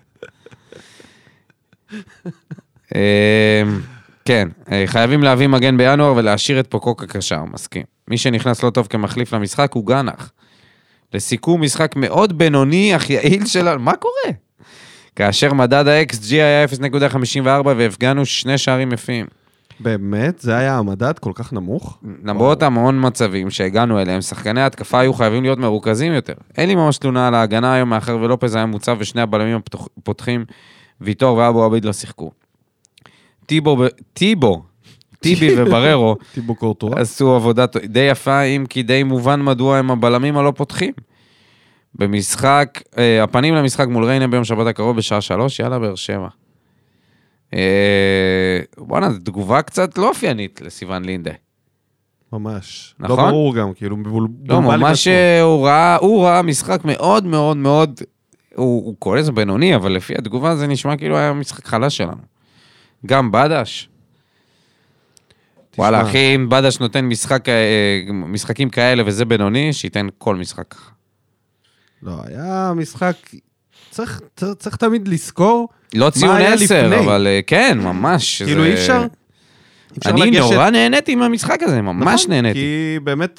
כן, חייבים להביא מגן בינואר ולהשאיר את פוקוק הקשר, מסכים. מי שנכנס לא טוב כמחליף למשחק הוא גנח. לסיכום, משחק מאוד בינוני, אך יעיל שלנו. מה קורה? כאשר מדד ה-XG היה 0.54 והפגענו 2 שערים יפים. באמת? זה היה המדד כל כך נמוך? למרות המון מצבים שהגענו אליהם, שחקני ההתקפה היו חייבים להיות מרוכזים יותר. אין לי ממש תלונה על ההגנה היום, מאחר ולופז היה מוצב ושני הבלמים הפותחים, ויטור ואבו עביד לא שיחקו. טיבי ובררו עשו עבודה די יפה, אם כי די מובן מדוע הם הבלמים הלא פותחים. במשחק, הפנים למשחק מול ריינה ביום שבת הקרוב בשעה 3, יאללה באר שבע. בוא'נה, זו תגובה קצת לא אופיינית לסיוון לינדה. ממש. נכון? לא ברור גם, כאילו, לא, ממש הוא ראה משחק מאוד מאוד מאוד, הוא קורא לזה בינוני, אבל לפי התגובה זה נשמע כאילו היה משחק חלש שלנו. גם בדש. וואלה, אחי, אם בדש נותן משחקים כאלה וזה בינוני, שייתן כל משחק ככה. לא, היה משחק, צריך תמיד לזכור לא ציון 10, אבל כן, ממש. כאילו אי אפשר אני נורא נהניתי מהמשחק הזה, ממש נהניתי. כי באמת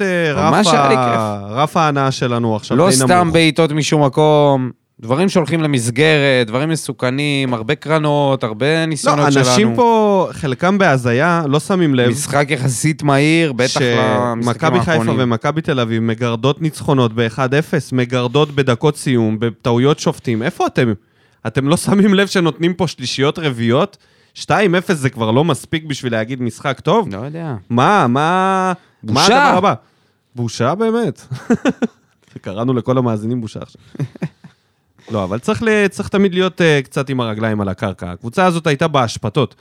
רף ההנאה שלנו עכשיו לא סתם בעיטות משום מקום, דברים שהולכים למסגרת, דברים מסוכנים, הרבה קרנות, הרבה ניסיונות שלנו. לא, אנשים פה, חלקם בהזיה, לא שמים לב. משחק יחסית מהיר, בטח למשחקים שמכבי חיפה ומכבי תל אביב מגרדות ניצחונות ב-1-0, מגרדות בדקות סיום, בטעויות שופטים. איפה אתם? אתם לא שמים לב שנותנים פה שלישיות רביעיות? 2-0 זה כבר לא מספיק בשביל להגיד משחק טוב? לא יודע. מה הדבר הבא? בושה באמת. קראנו לכל המאזינים בושה עכשיו. לא, אבל צריך תמיד להיות קצת עם הרגליים על הקרקע. הקבוצה הזאת הייתה בהשפטות.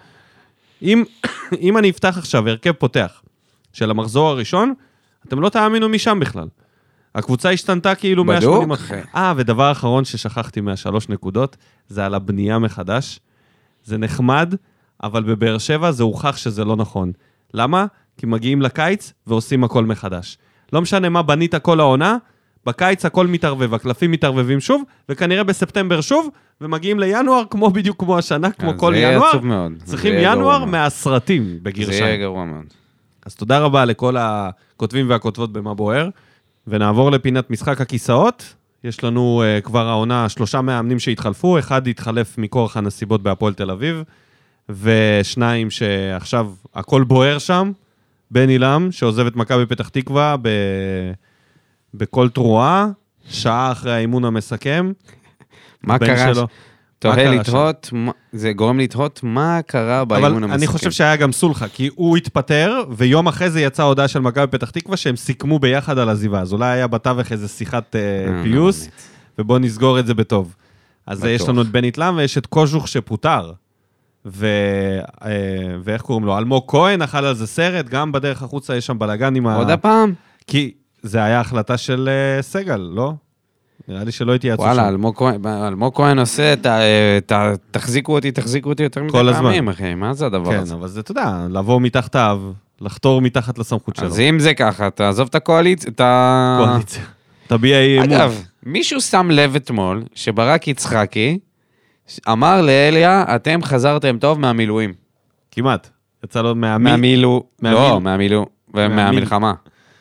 אם אני אפתח עכשיו הרכב פותח של המחזור הראשון, אתם לא תאמינו משם בכלל. הקבוצה השתנתה כאילו 180. ודבר אחרון ששכחתי מה3 נקודות, זה על הבנייה מחדש. זה נחמד, אבל בבאר שבע זה הוכח שזה לא נכון. למה? כי מגיעים לקיץ ועושים הכל מחדש. לא משנה מה בנית כל העונה, בקיץ הכל מתערבב, הקלפים מתערבבים שוב, וכנראה בספטמבר שוב, ומגיעים לינואר, בדיוק כמו השנה, כמו כל ינואר. זה עצוב מאוד. צריכים ינואר מהסרטים בגרשיים. זה יהיה גרוע מאוד. אז תודה רבה לכל הכותבים והכותבות במה בוער, ונעבור לפינת משחק הכיסאות. יש לנו כבר העונה 3 מאמנים שהתחלפו, אחד התחלף מכורח הנסיבות בהפועל תל אביב, ושניים שעכשיו הכל בוער שם, בן אילם, שעוזב את מכבי פתח תקווה בכל תרועה, שעה אחרי האימון המסכם. מה קרה? תוהה לתהות, זה גורם לתהות מה קרה באימון המסכם. אבל אני חושב שהיה גם סולחה, כי הוא התפטר, ויום אחרי זה יצאה הודעה של מכבי פתח תקווה, שהם סיכמו ביחד על עזיבה. אז אולי היה בתווך איזה שיחת פיוס, ובואו נסגור את זה בטוב. אז יש לנו את בן אילם, ויש את קוז'וך שפוטר. ואיך קוראים לו? אלמוג כהן, אכל על זה סרט, גם בדרך החוצה יש שם בלגן עם עוד הפעם? כי זה היה החלטה של סגל, לא? נראה לי שלא התייעצו שם. וואלה, אלמוג כהן עושה תחזיקו אותי יותר מדי פעמים, אחי, מה זה הדבר הזה? כן, אבל זה, אתה יודע, לבוא מתחת האב, לחתור מתחת לסמכות שלו. אז אם זה ככה, תעזוב את הקואליציה, תביע אי-אמון. אגב, מישהו שם לב אתמול, שברק יצחקי, אמר לאליה, אתם חזרתם טוב מהמילואים. כמעט. יצא לו מהמלחמה.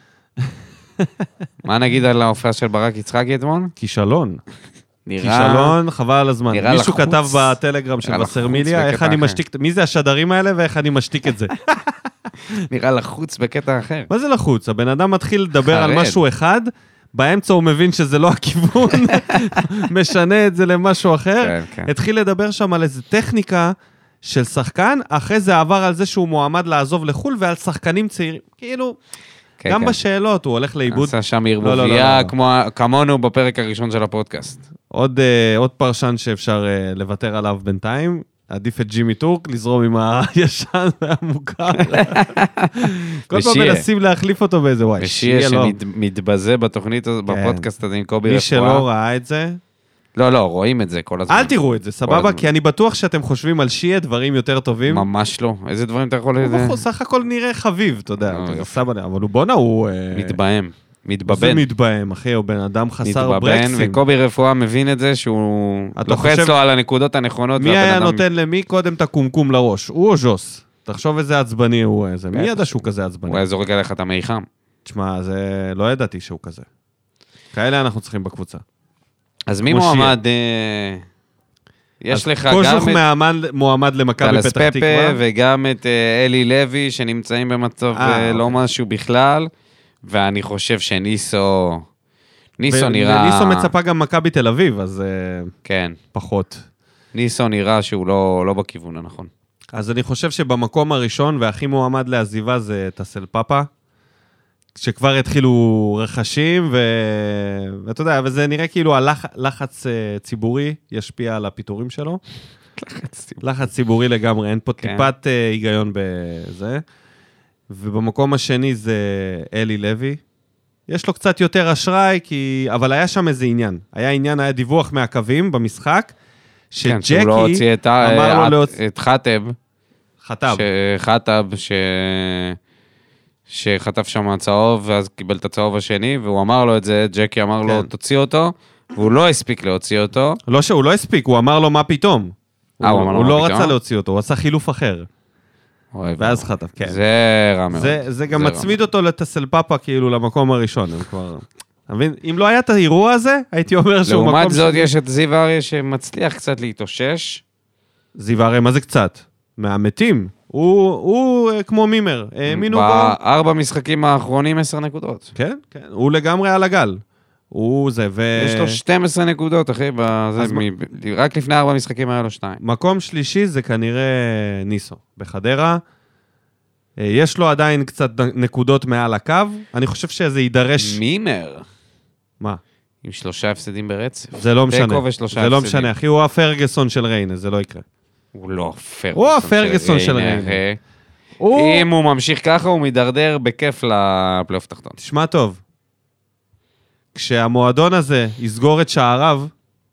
מה נגיד על ההופעה של ברק יצחקי אתמול? כישלון. כישלון, חבל על הזמן. מישהו כתב בטלגרם של וסרמיליה, איך אני משתיק, מי זה השדרים האלה ואיך אני משתיק את זה? נראה לחוץ בקטע אחר. מה זה לחוץ? הבן אדם מתחיל לדבר על משהו אחד, באמצע הוא מבין שזה לא הכיוון, משנה את זה למשהו אחר, התחיל לדבר שם על איזו טכניקה של שחקן, אחרי זה עבר על זה שהוא מועמד לעזוב לחול, ועל שחקנים צעירים, כאילו... גם בשאלות, הוא הולך לאיבוד. עשה שם ערבוביה, כמונו בפרק הראשון של הפודקאסט. עוד פרשן שאפשר לוותר עליו בינתיים, עדיף את ג'ימי טורק, לזרום עם הישן והמוכר. כל פעם מנסים להחליף אותו באיזה וואי. ושיהיה שמתבזה בתוכנית הזאת, בפודקאסט הזה עם קובי רפואה. מי שלא ראה את זה, לא, רואים את זה כל הזמן. אל תראו את זה, סבבה? כי אני בטוח שאתם חושבים על שיה דברים יותר טובים. ממש לא. איזה דברים אתה יכול... הוא סך הכל נראה חביב, אתה יודע. אבל הוא בונה, הוא... מתבהם. מתבבן. זה מתבהם, אחי, הוא בן אדם חסר ברקסים. מתבבן, וקובי רפואה מבין את זה שהוא לוחץ לו על הנקודות הנכונות. מי היה נותן למי קודם את הקומקום לראש? הוא או ז'וס? תחשוב איזה עצבני הוא איזה. מי ידע שהוא כזה עצבני? הוא היה זורק עליך את המייחם. תשמע, זה לא ידעתי שהוא כזה. כאלה אנחנו צריכים בקבוצה. אז מי מועמד? יש לך גם קוז'וך מועמד למכבי פתח תקווה. וגם את אלי לוי, שנמצאים במצב לא משהו בכלל. ואני חושב שניסו נראה... ניסו מצפה גם מכבי תל אביב, אז כן. פחות. ניסו נראה שהוא לא בכיוון הנכון. אז אני חושב שבמקום הראשון, והכי מועמד לעזיבה זה טסל פאפה, שכבר התחילו רכשים, ואתה יודע, וזה נראה כאילו הלחץ ציבורי ישפיע על הפיתורים שלו. לחץ ציבורי לגמרי, אין פה טיפת היגיון בזה. ובמקום השני זה אלי לוי. יש לו קצת יותר אשראי, אבל היה שם איזה עניין. היה דיווח מהקווים במשחק, שג'קי אמר לו את חטב, שחטף שם הצהוב, ואז קיבל את הצהוב השני, והוא אמר לו את זה, ג'קי אמר לו, תוציא אותו, והוא לא הספיק להוציא אותו. לא שהוא לא הספיק, הוא אמר לו מה פתאום. הוא לא רצה להוציא אותו, הוא עשה חילוף אחר. ואז חטף, כן. זה רע מאוד. זה גם מצמיד אותו לטסל פאפה, כאילו, למקום הראשון. הם כבר... אם לא היה את האירוע הזה, הייתי אומר שהוא מקום... לעומת זאת, יש את זיו אריה שמצליח קצת להתאושש. זיו אריה, מה זה קצת? מהמתים. הוא כמו מימר. בארבע משחקים האחרונים 10 נקודות. כן, כן. הוא לגמרי על הגל. יש לו 12 נקודות, אחי, רק לפני 4 משחקים היה לו 2. מקום שלישי זה כנראה ניסו, בחדרה. יש לו עדיין קצת נקודות מעל הקו, אני חושב שזה יידרש... מימר. מה? עם 3 הפסדים ברצף. זה לא משנה. זה לא משנה, אחי, הוא הפרגסון של ריינה, זה לא יקרה. הוא לא הפרגסון של ריינה. אם הוא ממשיך ככה, הוא מדרדר בכיף לפלייאוף תחתון. תשמע טוב. כשהמועדון הזה יסגור את שעריו,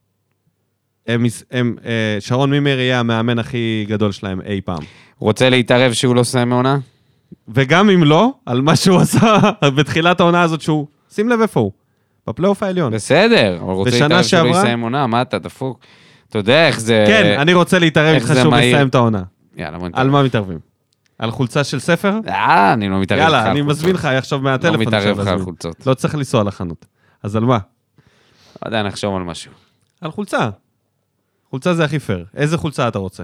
שרון מימר יהיה המאמן הכי גדול שלהם אי פעם. רוצה להתערב שהוא לא סיים מעונה? וגם אם לא, על מה שהוא עשה בתחילת העונה הזאת שהוא, שים לב איפה הוא, בפלייאוף העליון. בסדר, אבל רוצה להתערב שהוא לא יסיים מעונה, מה אתה דפוק? אתה יודע איך זה... כן, אני רוצה להתערב איתך שהוא מסיים את העונה. יאללה, בוא נתערב. על מה מתערבים? על חולצה של ספר? אני לא מתערב לך על חולצות. יאללה, אני מזמין לך עכשיו מהטלפון. לא מתערב לך על חולצות. לא צריך לנסוע לחנות. אז על מה? עדיין נחשוב על משהו. על חולצה. חולצה זה הכי פייר. איזה חולצה אתה רוצה?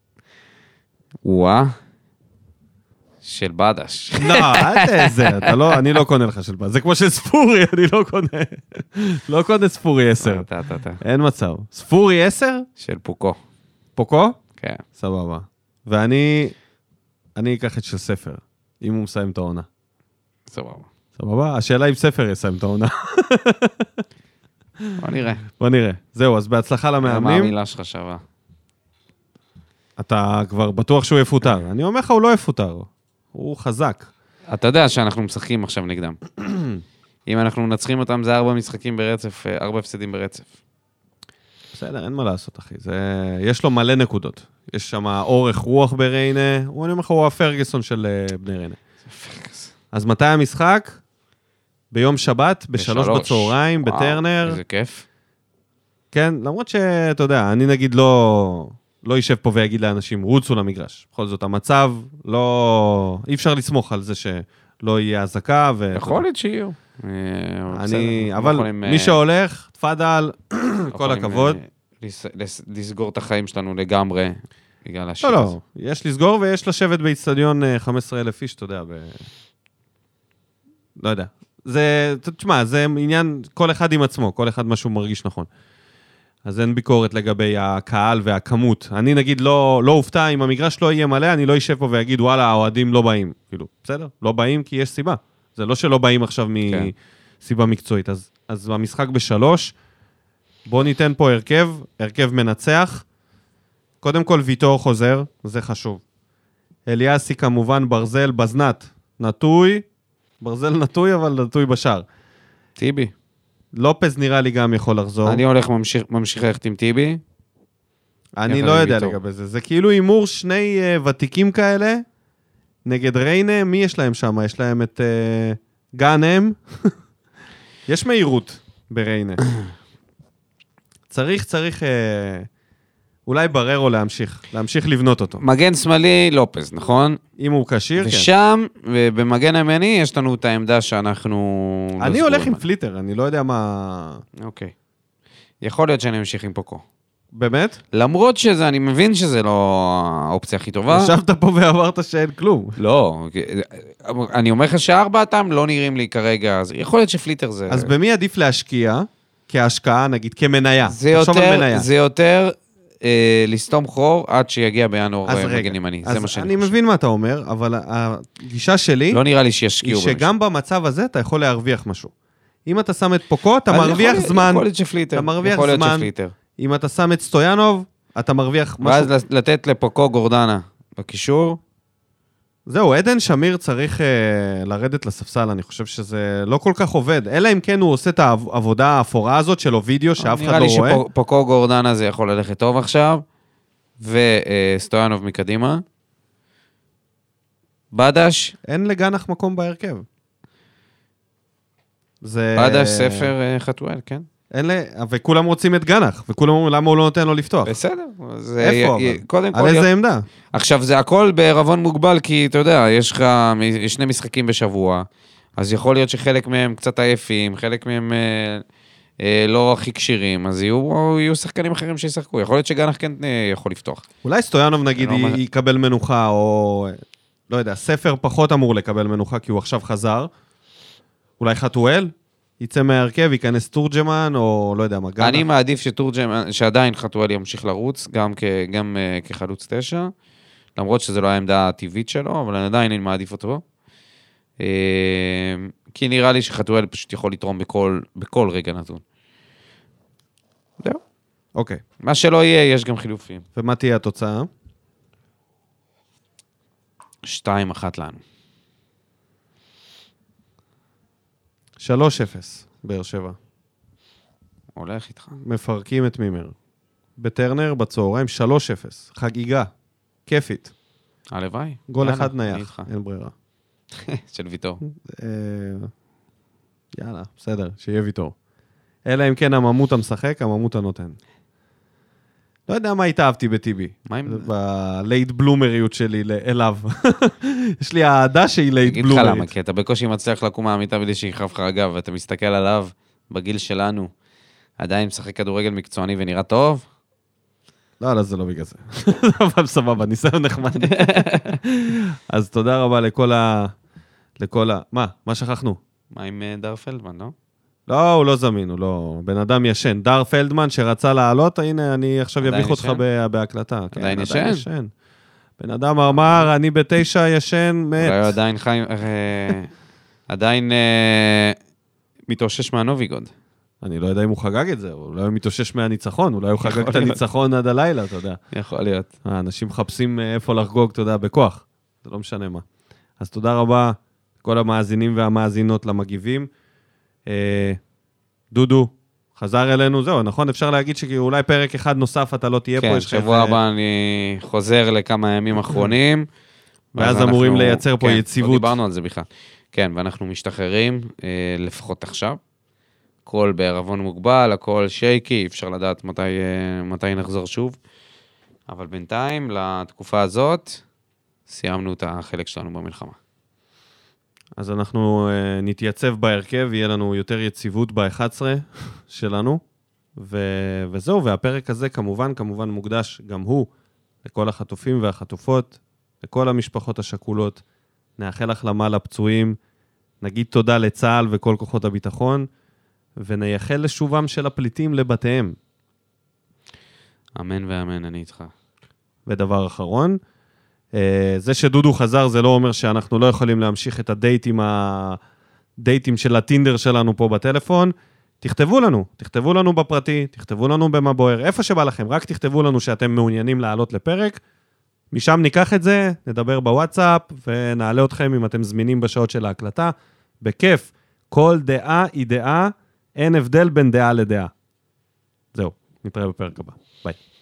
של בדש. לא, אני לא קונה לך של בדש. זה כמו של ספורי, אני לא קונה ספורי 10. אין מצב. ספורי 10? של פוקו. פוקו? כן. סבבה. ואני אקח את של ספר, אם הוא מסיים את העונה. סבבה? השאלה אם ספר יסיים את העונה. בוא נראה. זהו, אז בהצלחה למאמנים. מה המילה שלך שווה? אתה כבר בטוח שהוא יפוטר. אני אומר לך, הוא לא יפוטר. הוא חזק. אתה יודע שאנחנו משחקים עכשיו נגדם. אם אנחנו מנצחים אותם, זה 4 משחקים ברצף, 4 הפסדים ברצף. בסדר, אין מה לעשות, אחי. יש לו מלא נקודות. יש שם אורך רוח בריינה. אני אומר לך, הוא הפרגסון של בני ריינה. אז מתי המשחק? ביום שבת, ב3 בצהריים, בטרנר. איזה כיף. כן, למרות שאתה יודע, אני נגיד לא יישב פה ויגיד לאנשים, רוצו למגרש. בכל זאת, המצב אי אפשר לסמוך על זה שלא יהיה הזקה. יכול להיות שיהיו. אבל מי שהולך, תפדל, כל הכבוד. לסגור את החיים שלנו לגמרי, בגלל השיט הזה. לא, יש לסגור ויש לשבת באצטדיון 15,000 איש, אתה יודע, לא יודע. תשמע, זה עניין, כל אחד עם עצמו, כל אחד משהו מרגיש נכון. אז אין ביקורת לגבי הקהל והכמות. אני נגיד לא הופתע, אם המגרש לא יהיה מלא, אני לא יישב פה ויגיד, וואלה, האוהדים לא באים. כאילו, בסדר, לא באים כי יש סיבה. זה לא שלא באים עכשיו מסיבה מקצועית. אז במשחק ב3, בוא ניתן פה הרכב מנצח. קודם כל ויטור חוזר, זה חשוב. אליאסי כמובן ברזל בזנת, נטוי, ברזל נטוי אבל נטוי בשער. טיבי. לופז נראה לי גם יכול לחזור. אני הולך ממשיך ללכת עם טיבי. אני לא יודע לגבי זה. זה כאילו אימור שני ותיקים כאלה, נגד ריינה, מי יש להם שם? יש להם את גאנם. יש מהירות בריינה. צריך אולי בררו להמשיך לבנות אותו. מגן שמאלי, לופז, נכון? אם הוא קשיר, כן. ושם, במגן הימני, יש לנו את העמדה שאנחנו... אני הולך עם פליטר, אני לא יודע מה... אוקיי. יכול להיות שאני אמשיך עם פוקו. באמת? למרות שזה, אני מבין שזה לא האופציה הכי טובה. ישבת פה ואמרת שאין כלום. לא, אני אומר לך שארבעתם לא נראים לי כרגע, אז יכול להיות שפליטר זה... אז במי עדיף להשקיע? כהשקעה, נגיד, כמניה. זה יותר לסתום חור עד שיגיע בינואר מגן ימני. זה מה שאני חושב. אני מבין מה אתה אומר, אבל הגישה שלי... לא נראה לי שישקיעו במשהו. היא שגם במצב הזה אתה יכול להרוויח משהו. אם אתה שם את פוקו, אתה מרוויח זמן. יכול להיות שפליטר. אתה מרוויח זמן. אם אתה שם את סטויאנוב, אתה מרוויח משהו. ואז לתת לפוקו גורדנה בקישור. זהו, עדן שמיר צריך לרדת לספסל, אני חושב שזה לא כל כך עובד. אלא אם כן הוא עושה את העבודה האפורה הזאת של וידאו שאף אחד לא רואה. נראה לי שפוקו גורדנה זה יכול ללכת טוב עכשיו, וסטויאנוב מקדימה. בדש. אין לגנח מקום בהרכב. בדש, ספר, חתואל, כן. וכולם רוצים את גנח, וכולם אומרים למה הוא לא נותן לו לפתוח. בסדר. איפה? על איזה עמדה? עכשיו זה הכל בערבון מוגבל, כי אתה יודע, יש לך שני משחקים בשבוע, אז יכול להיות שחלק מהם קצת עייפים, חלק מהם לא הכי קשירים, אז יהיו שחקנים אחרים שישחקו. יכול להיות שגנח כן יכול לפתוח. אולי סטויאנוב נגיד יקבל מנוחה, או לא יודע, ספר פחות אמור לקבל מנוחה, כי הוא עכשיו חזר. אולי חתואל? יצא מהרכב, ייכנס תורג'מן, או לא יודע מה, גנח. אני מעדיף שעדיין חתואל ימשיך לרוץ, גם כחלוץ 9, למרות שזה לא העמדה הטבעית שלו, אבל עדיין אני מעדיף אותו. כי נראה לי שחתואל פשוט יכול לתרום בכל רגע נתון. זהו. אוקיי. מה שלא יהיה, יש גם חילופים. ומה תהיה התוצאה? 2-1 לנו. 3-0, באר שבע. הולך איתך. מפרקים את מימר. בטרנר, בצהריים, 3-0. חגיגה. כיפית. הלוואי. גול אחד נייח, אין ברירה. של ויתור. יאללה, בסדר, שיהיה ויתור. אלא אם כן הממות המשחק, הממות הנותן. לא יודע מה התאהבתי בטיבי. מה עם... בלייט בלומריות שלי אליו. יש לי העדה שהיא לייט בלומרית. אגיד לך למה, כי אתה בקושי מצליח לקום מהמיטה בלי שיחרב לך אגב, ואתה מסתכל עליו בגיל שלנו, עדיין משחק כדורגל מקצועני ונראה טוב? לא, זה לא בגלל זה. אבל סבבה, ניסיון נחמד. אז תודה רבה לכל ה... מה שכחנו? מה עם דר פלדמן, לא? לא, הוא לא זמין, הוא לא... בן אדם ישן. דר פלדמן שרצה לעלות, הנה, אני עכשיו אביך אותך בהקלטה. עדיין ישן? בן אדם אמר, אני ב9 ישן, מת. אולי עדיין חיים... עדיין מתאושש מהנוביגוד. אני לא יודע אם הוא חגג את זה, אולי הוא מתאושש מהניצחון, אולי הוא חגג את הניצחון עד הלילה, אתה יודע. יכול להיות. האנשים מחפשים איפה לחגוג, אתה יודע, בכוח. זה לא משנה מה. אז תודה רבה כל המאזינים והמאזינות למגיבים. דודו, חזר אלינו, זהו, נכון? אפשר להגיד שאולי פרק אחד נוסף אתה לא תהיה פה. כן, שבוע הבא אני חוזר לכמה ימים אחרונים. ואז אמורים לייצר פה יציבות. לא דיברנו על זה בכלל. כן, ואנחנו משתחררים, לפחות עכשיו. הכל בערבון מוגבל, הכל שייקי, אפשר לדעת מתי נחזור שוב. אבל בינתיים, לתקופה הזאת, סיימנו את החלק שלנו במלחמה. אז אנחנו נתייצב בהרכב, יהיה לנו יותר יציבות ב-11 שלנו, וזהו, והפרק הזה כמובן מוקדש גם הוא לכל החטופים והחטופות, לכל המשפחות השכולות, נאחל החלמה לפצועים, נגיד תודה לצה"ל וכל כוחות הביטחון, ונייחל לשובם של הפליטים לבתיהם. אמן ואמן, אני איתך. ודבר אחרון, זה שדודו חזר, זה לא אומר שאנחנו לא יכולים להמשיך את הדייטים של הטינדר שלנו פה בטלפון. תכתבו לנו בפרטי, תכתבו לנו במה בוער, איפה שבא לכם, רק תכתבו לנו שאתם מעוניינים לעלות לפרק, משם ניקח את זה, נדבר בוואטסאפ, ונעלה אתכם אם אתם זמינים בשעות של ההקלטה, בכיף, כל דעה היא דעה, אין הבדל בין דעה לדעה. זהו, נתראה בפרק הבא. ביי.